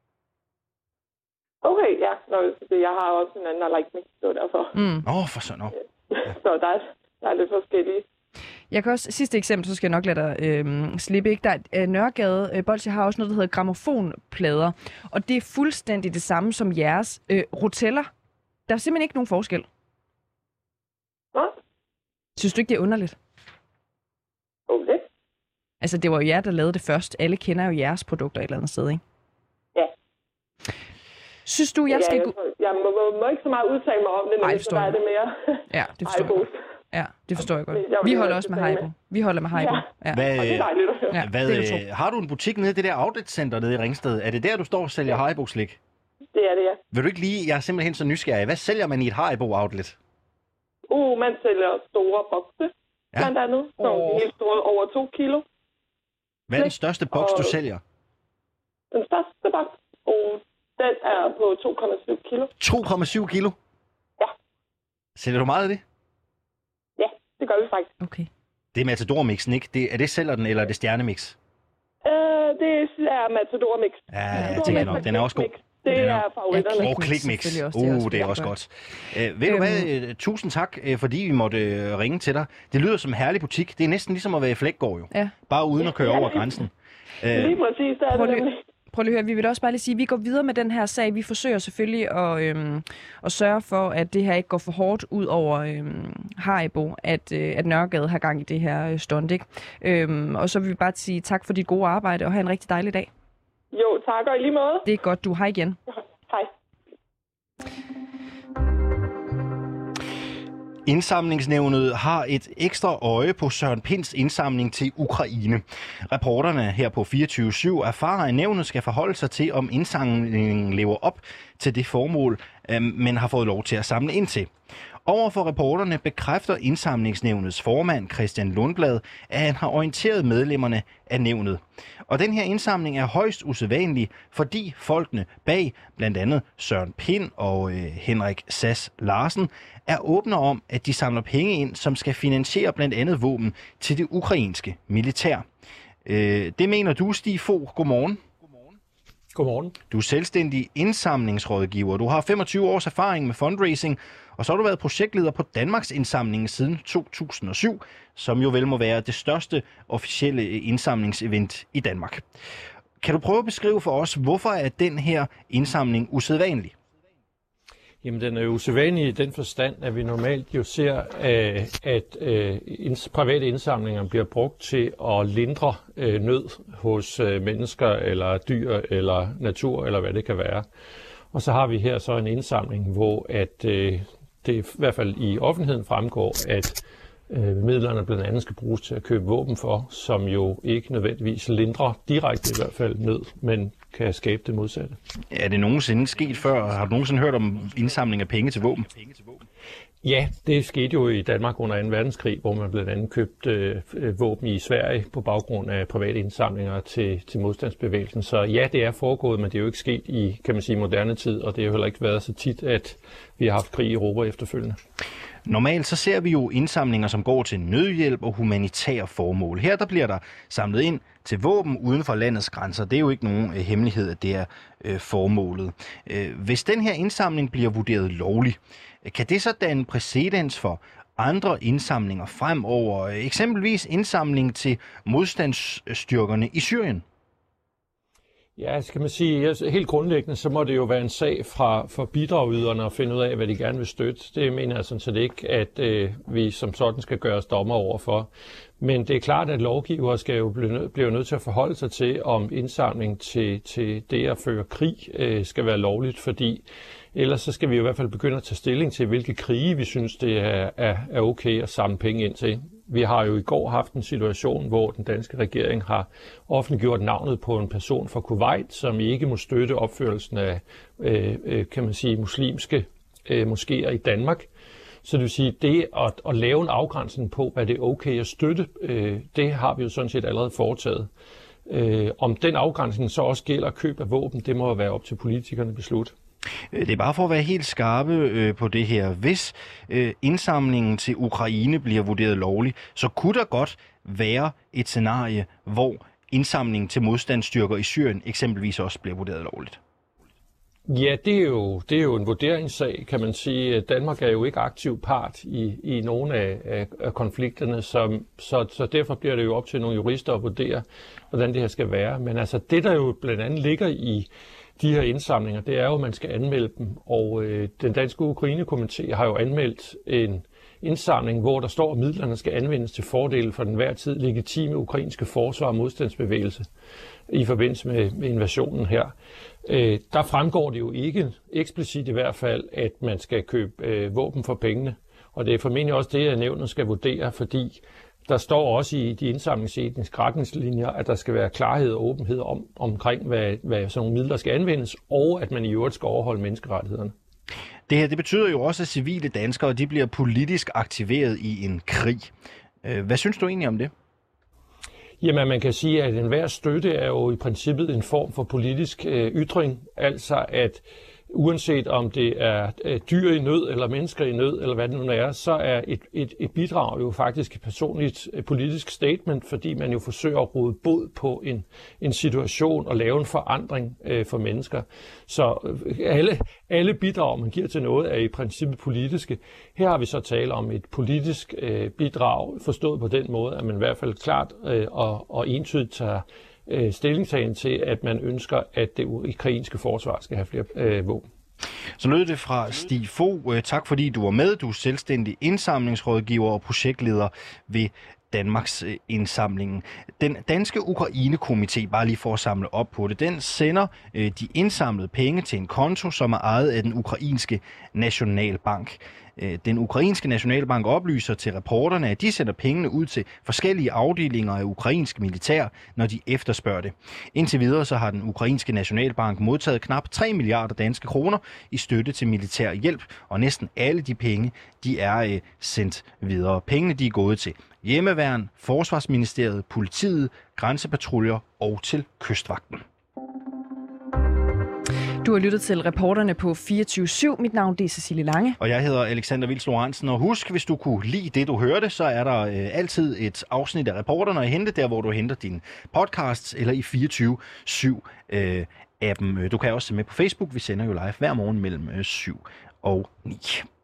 Okay, ja. Nå, jeg har også en anden, der like mix, så derfor. Åh, mm. oh, for sådan noget. Så der er, der er lidt forskellige. Jeg kan også, sidste eksempel, så skal jeg nok lade dig øh, slippe, ikke? Der er øh, Nørregade øh, Bolsjer har også noget, der hedder grammofonplader, og det er fuldstændig det samme som jeres øh, roteller. Der er simpelthen ikke nogen forskel. Hvad? Synes du ikke, det er underligt? Okay. Altså, det var jo jer, der lavede det først. Alle kender jo jeres produkter et eller andet sted, ikke? Ja. Synes du, jeg ja, skal jeg, gå... Jeg må, må, må ikke så meget udtale mig om det, men Ej, så er det mere... Ja, det forstår jeg godt. Ja, det forstår jeg godt. Vi holder også med Haribo. Vi holder med Haribo. Ja. Ja. Hvad, og det er dejligt at høre. Ja, hvad, det har du en butik nede i det der outlet-center nede i Ringsted? Er det der, du står og sælger Haribo-slik? Det er det, ja. Vil du ikke lige... Jeg er simpelthen så nysgerrig. Hvad sælger man i et Haribo-outlet? Uh, man sælger store bokse, ja. Blandt andet. Så oh. helt store, over to kilo. Hvad er den største boks, du sælger? Den største boks, uh, den er på to komma syv kilo. to komma syv kilo? Ja. Sælger du meget af det? Ja, det gør vi faktisk. Okay. Det er Matador-mixen, ikke? Det, er det sælger den, eller er det Stjernemix? Øh, det er Matador-mix. Ja, jeg tænker nok. Den er også god. Det er favoritterne. Og Klikmix. Uh, det er også godt. Uh, ved du hvad? Tusind tak, fordi vi måtte ringe til dig. Det lyder som en herlig butik. Det er næsten ligesom at være i Flækgaard jo. Ja. Bare uden at køre over grænsen. Lige præcis, der er det nemlig. Prøv lige at høre, vi vil også bare lige sige, at vi går videre med den her sag. Vi forsøger selvfølgelig at, øhm, at sørge for, at det her ikke går for hårdt ud over øhm, Haribo, at, øh, at Nørregade har gang i det her øh, stunt, ikke? Øhm, og så vil vi bare sige tak for dit gode arbejde, og have en rigtig dejlig dag. Jo, tak, og i lige måde. Det er godt, du. Hej igen. Hej. Indsamlingsnævnet har et ekstra øje på Søren Pinds indsamling til Ukraine. Reporterne her på fireogtyve syv erfarer, at nævnet skal forholde sig til, om indsamlingen lever op til det formål, men har fået lov til at samle ind til. Overfor reporterne bekræfter indsamlingsnævnets formand Christian Lundblad, at han har orienteret medlemmerne af nævnet. Og den her indsamling er højst usædvanlig, fordi folkene bag blandt andet Søren Pind og øh, Henrik Sass Larsen er åbne om, at de samler penge ind, som skal finansiere blandt andet våben til det ukrainske militær. Øh, det mener du, Stig Fogh. Godmorgen. Godmorgen. Du er selvstændig indsamlingsrådgiver. Du har femogtyve års erfaring med fundraising, og så har du været projektleder på Danmarks indsamling siden to tusind og syv, som jo vel må være det største officielle indsamlingsevent i Danmark. Kan du prøve at beskrive for os, hvorfor er den her indsamling usædvanlig? Jamen, den er jo usædvanlig i den forstand, at vi normalt jo ser, at private indsamlinger bliver brugt til at lindre nød hos mennesker eller dyr eller natur eller hvad det kan være. Og så har vi her så en indsamling, hvor at det i hvert fald i offentligheden fremgår, at midlerne blandt andet skal bruges til at købe våben for, som jo ikke nødvendigvis lindrer direkte i hvert fald nød, men kan skabe det modsatte. Er det nogensinde sket før? Har du nogensinde hørt om indsamling af penge til våben? Ja, det skete jo i Danmark under anden verdenskrig, hvor man blandt andet købte øh, våben i Sverige på baggrund af private indsamlinger til, til modstandsbevægelsen. Så ja, det er foregået, men det er jo ikke sket i, kan man sige, moderne tid, og det har jo heller ikke været så tit, at vi har haft krig i Europa efterfølgende. Normalt så ser vi jo indsamlinger, som går til nødhjælp og humanitære formål. Her der bliver der samlet ind til våben uden for landets grænser. Det er jo ikke nogen øh, hemmelighed, at det er øh, formålet. Øh, hvis den her indsamling bliver vurderet lovlig, kan det så danne præcedens for andre indsamlinger fremover? Eksempelvis indsamling til modstandsstyrkerne i Syrien? Ja, skal man sige, helt grundlæggende, så må det jo være en sag fra, for bidragyderne at finde ud af, hvad de gerne vil støtte. Det mener jeg sådan set ikke, at øh, vi som sådan skal gøre os dommer overfor. Men det er klart, at lovgiver skal jo blive nødt, blive nødt til at forholde sig til, om indsamling til, til det at føre krig øh, skal være lovligt, fordi ellers så skal vi i hvert fald begynde at tage stilling til, hvilke krige vi synes, det er, er, er okay at samle penge ind til. Vi har jo i går haft en situation, hvor den danske regering har offentliggjort navnet på en person fra Kuwait, som ikke må støtte opførelsen af, øh, kan man sige, muslimske øh, moskéer i Danmark. Så det vil sige, det at, at lave en afgrænsning på, hvad det er okay at støtte, øh, det har vi jo sådan set allerede foretaget. Øh, om den afgrænsning så også gælder køb af våben, det må være op til politikerne at beslutte. Det er bare for at være helt skarpe øh, på det her. Hvis øh, indsamlingen til Ukraine bliver vurderet lovlig, så kunne der godt være et scenarie, hvor indsamlingen til modstandsstyrker i Syrien eksempelvis også bliver vurderet lovligt. Ja, det er jo, det er jo en vurderingssag, kan man sige. Danmark er jo ikke aktiv part i, i nogle af, af, af konflikterne, så, så, så derfor bliver det jo op til nogle jurister at vurdere, hvordan det her skal være. Men altså det, der jo blandt andet ligger i de her indsamlinger, det er jo, at man skal anmelde dem. Og øh, den danske Ukraine-komité har jo anmeldt en indsamling, hvor der står, at midlerne skal anvendes til fordel for den hver tid legitime ukrainske forsvar og modstandsbevægelse i forbindelse med, med invasionen her. Øh, der fremgår det jo ikke eksplicit i hvert fald, at man skal købe øh, våben for pengene. Og det er formentlig også det, at nævnet skal vurdere, fordi der står også i de indsamlingsetiske retningslinjer, at der skal være klarhed og åbenhed om, omkring, hvad, hvad sådan nogle midler skal anvendes, og at man i øvrigt skal overholde menneskerettighederne. Det her det betyder jo også, at civile danskere de bliver politisk aktiveret i en krig. Hvad synes du egentlig om det? Jamen, man kan sige, at enhver støtte er jo i princippet en form for politisk øh, ytring, altså at uanset om det er dyr i nød eller mennesker i nød, eller hvad det nu er, så er et, et, et bidrag jo faktisk et personligt politisk statement, fordi man jo forsøger at råde bod på en, en situation og lave en forandring øh, for mennesker. Så alle, alle bidrag, man giver til noget, er i princippet politiske. Her har vi så tale om et politisk øh, bidrag, forstået på den måde, at man i hvert fald klart øh, og, og entydigt tager stillingtagen til, at man ønsker, at det ukrainske forsvar skal have flere øh, våben. Så lød det fra Stig Fogh. Tak fordi du var med. Du er selvstændig indsamlingsrådgiver og projektleder ved Danmarks indsamlingen. Den danske Ukraine-komité, bare lige for at samle op på det, den sender øh, de indsamlede penge til en konto, som er ejet af den ukrainske nationalbank. Den ukrainske nationalbank oplyser til reporterne, at de sender pengene ud til forskellige afdelinger af ukrainsk militær, når de efterspørger det. Indtil videre så har den ukrainske nationalbank modtaget knap tre milliarder danske kroner i støtte til militær hjælp, og næsten alle de penge, de er øh, sendt videre. Pengene de er gået til hjemmeværn, Forsvarsministeriet, politiet, grænsepatruljer og til kystvagten. Du har lyttet til reporterne på fireogtyve syv. Mit navn det er Cecilie Lange. Og jeg hedder Alexander Vils Lorentzen. Og husk, hvis du kunne lide det, du hørte, så er der øh, altid et afsnit af reporterne at hente, der hvor du henter dine podcasts eller i fireogtyve syv øh, appen. Du kan også se med på Facebook. Vi sender jo live hver morgen mellem øh, syv og ni.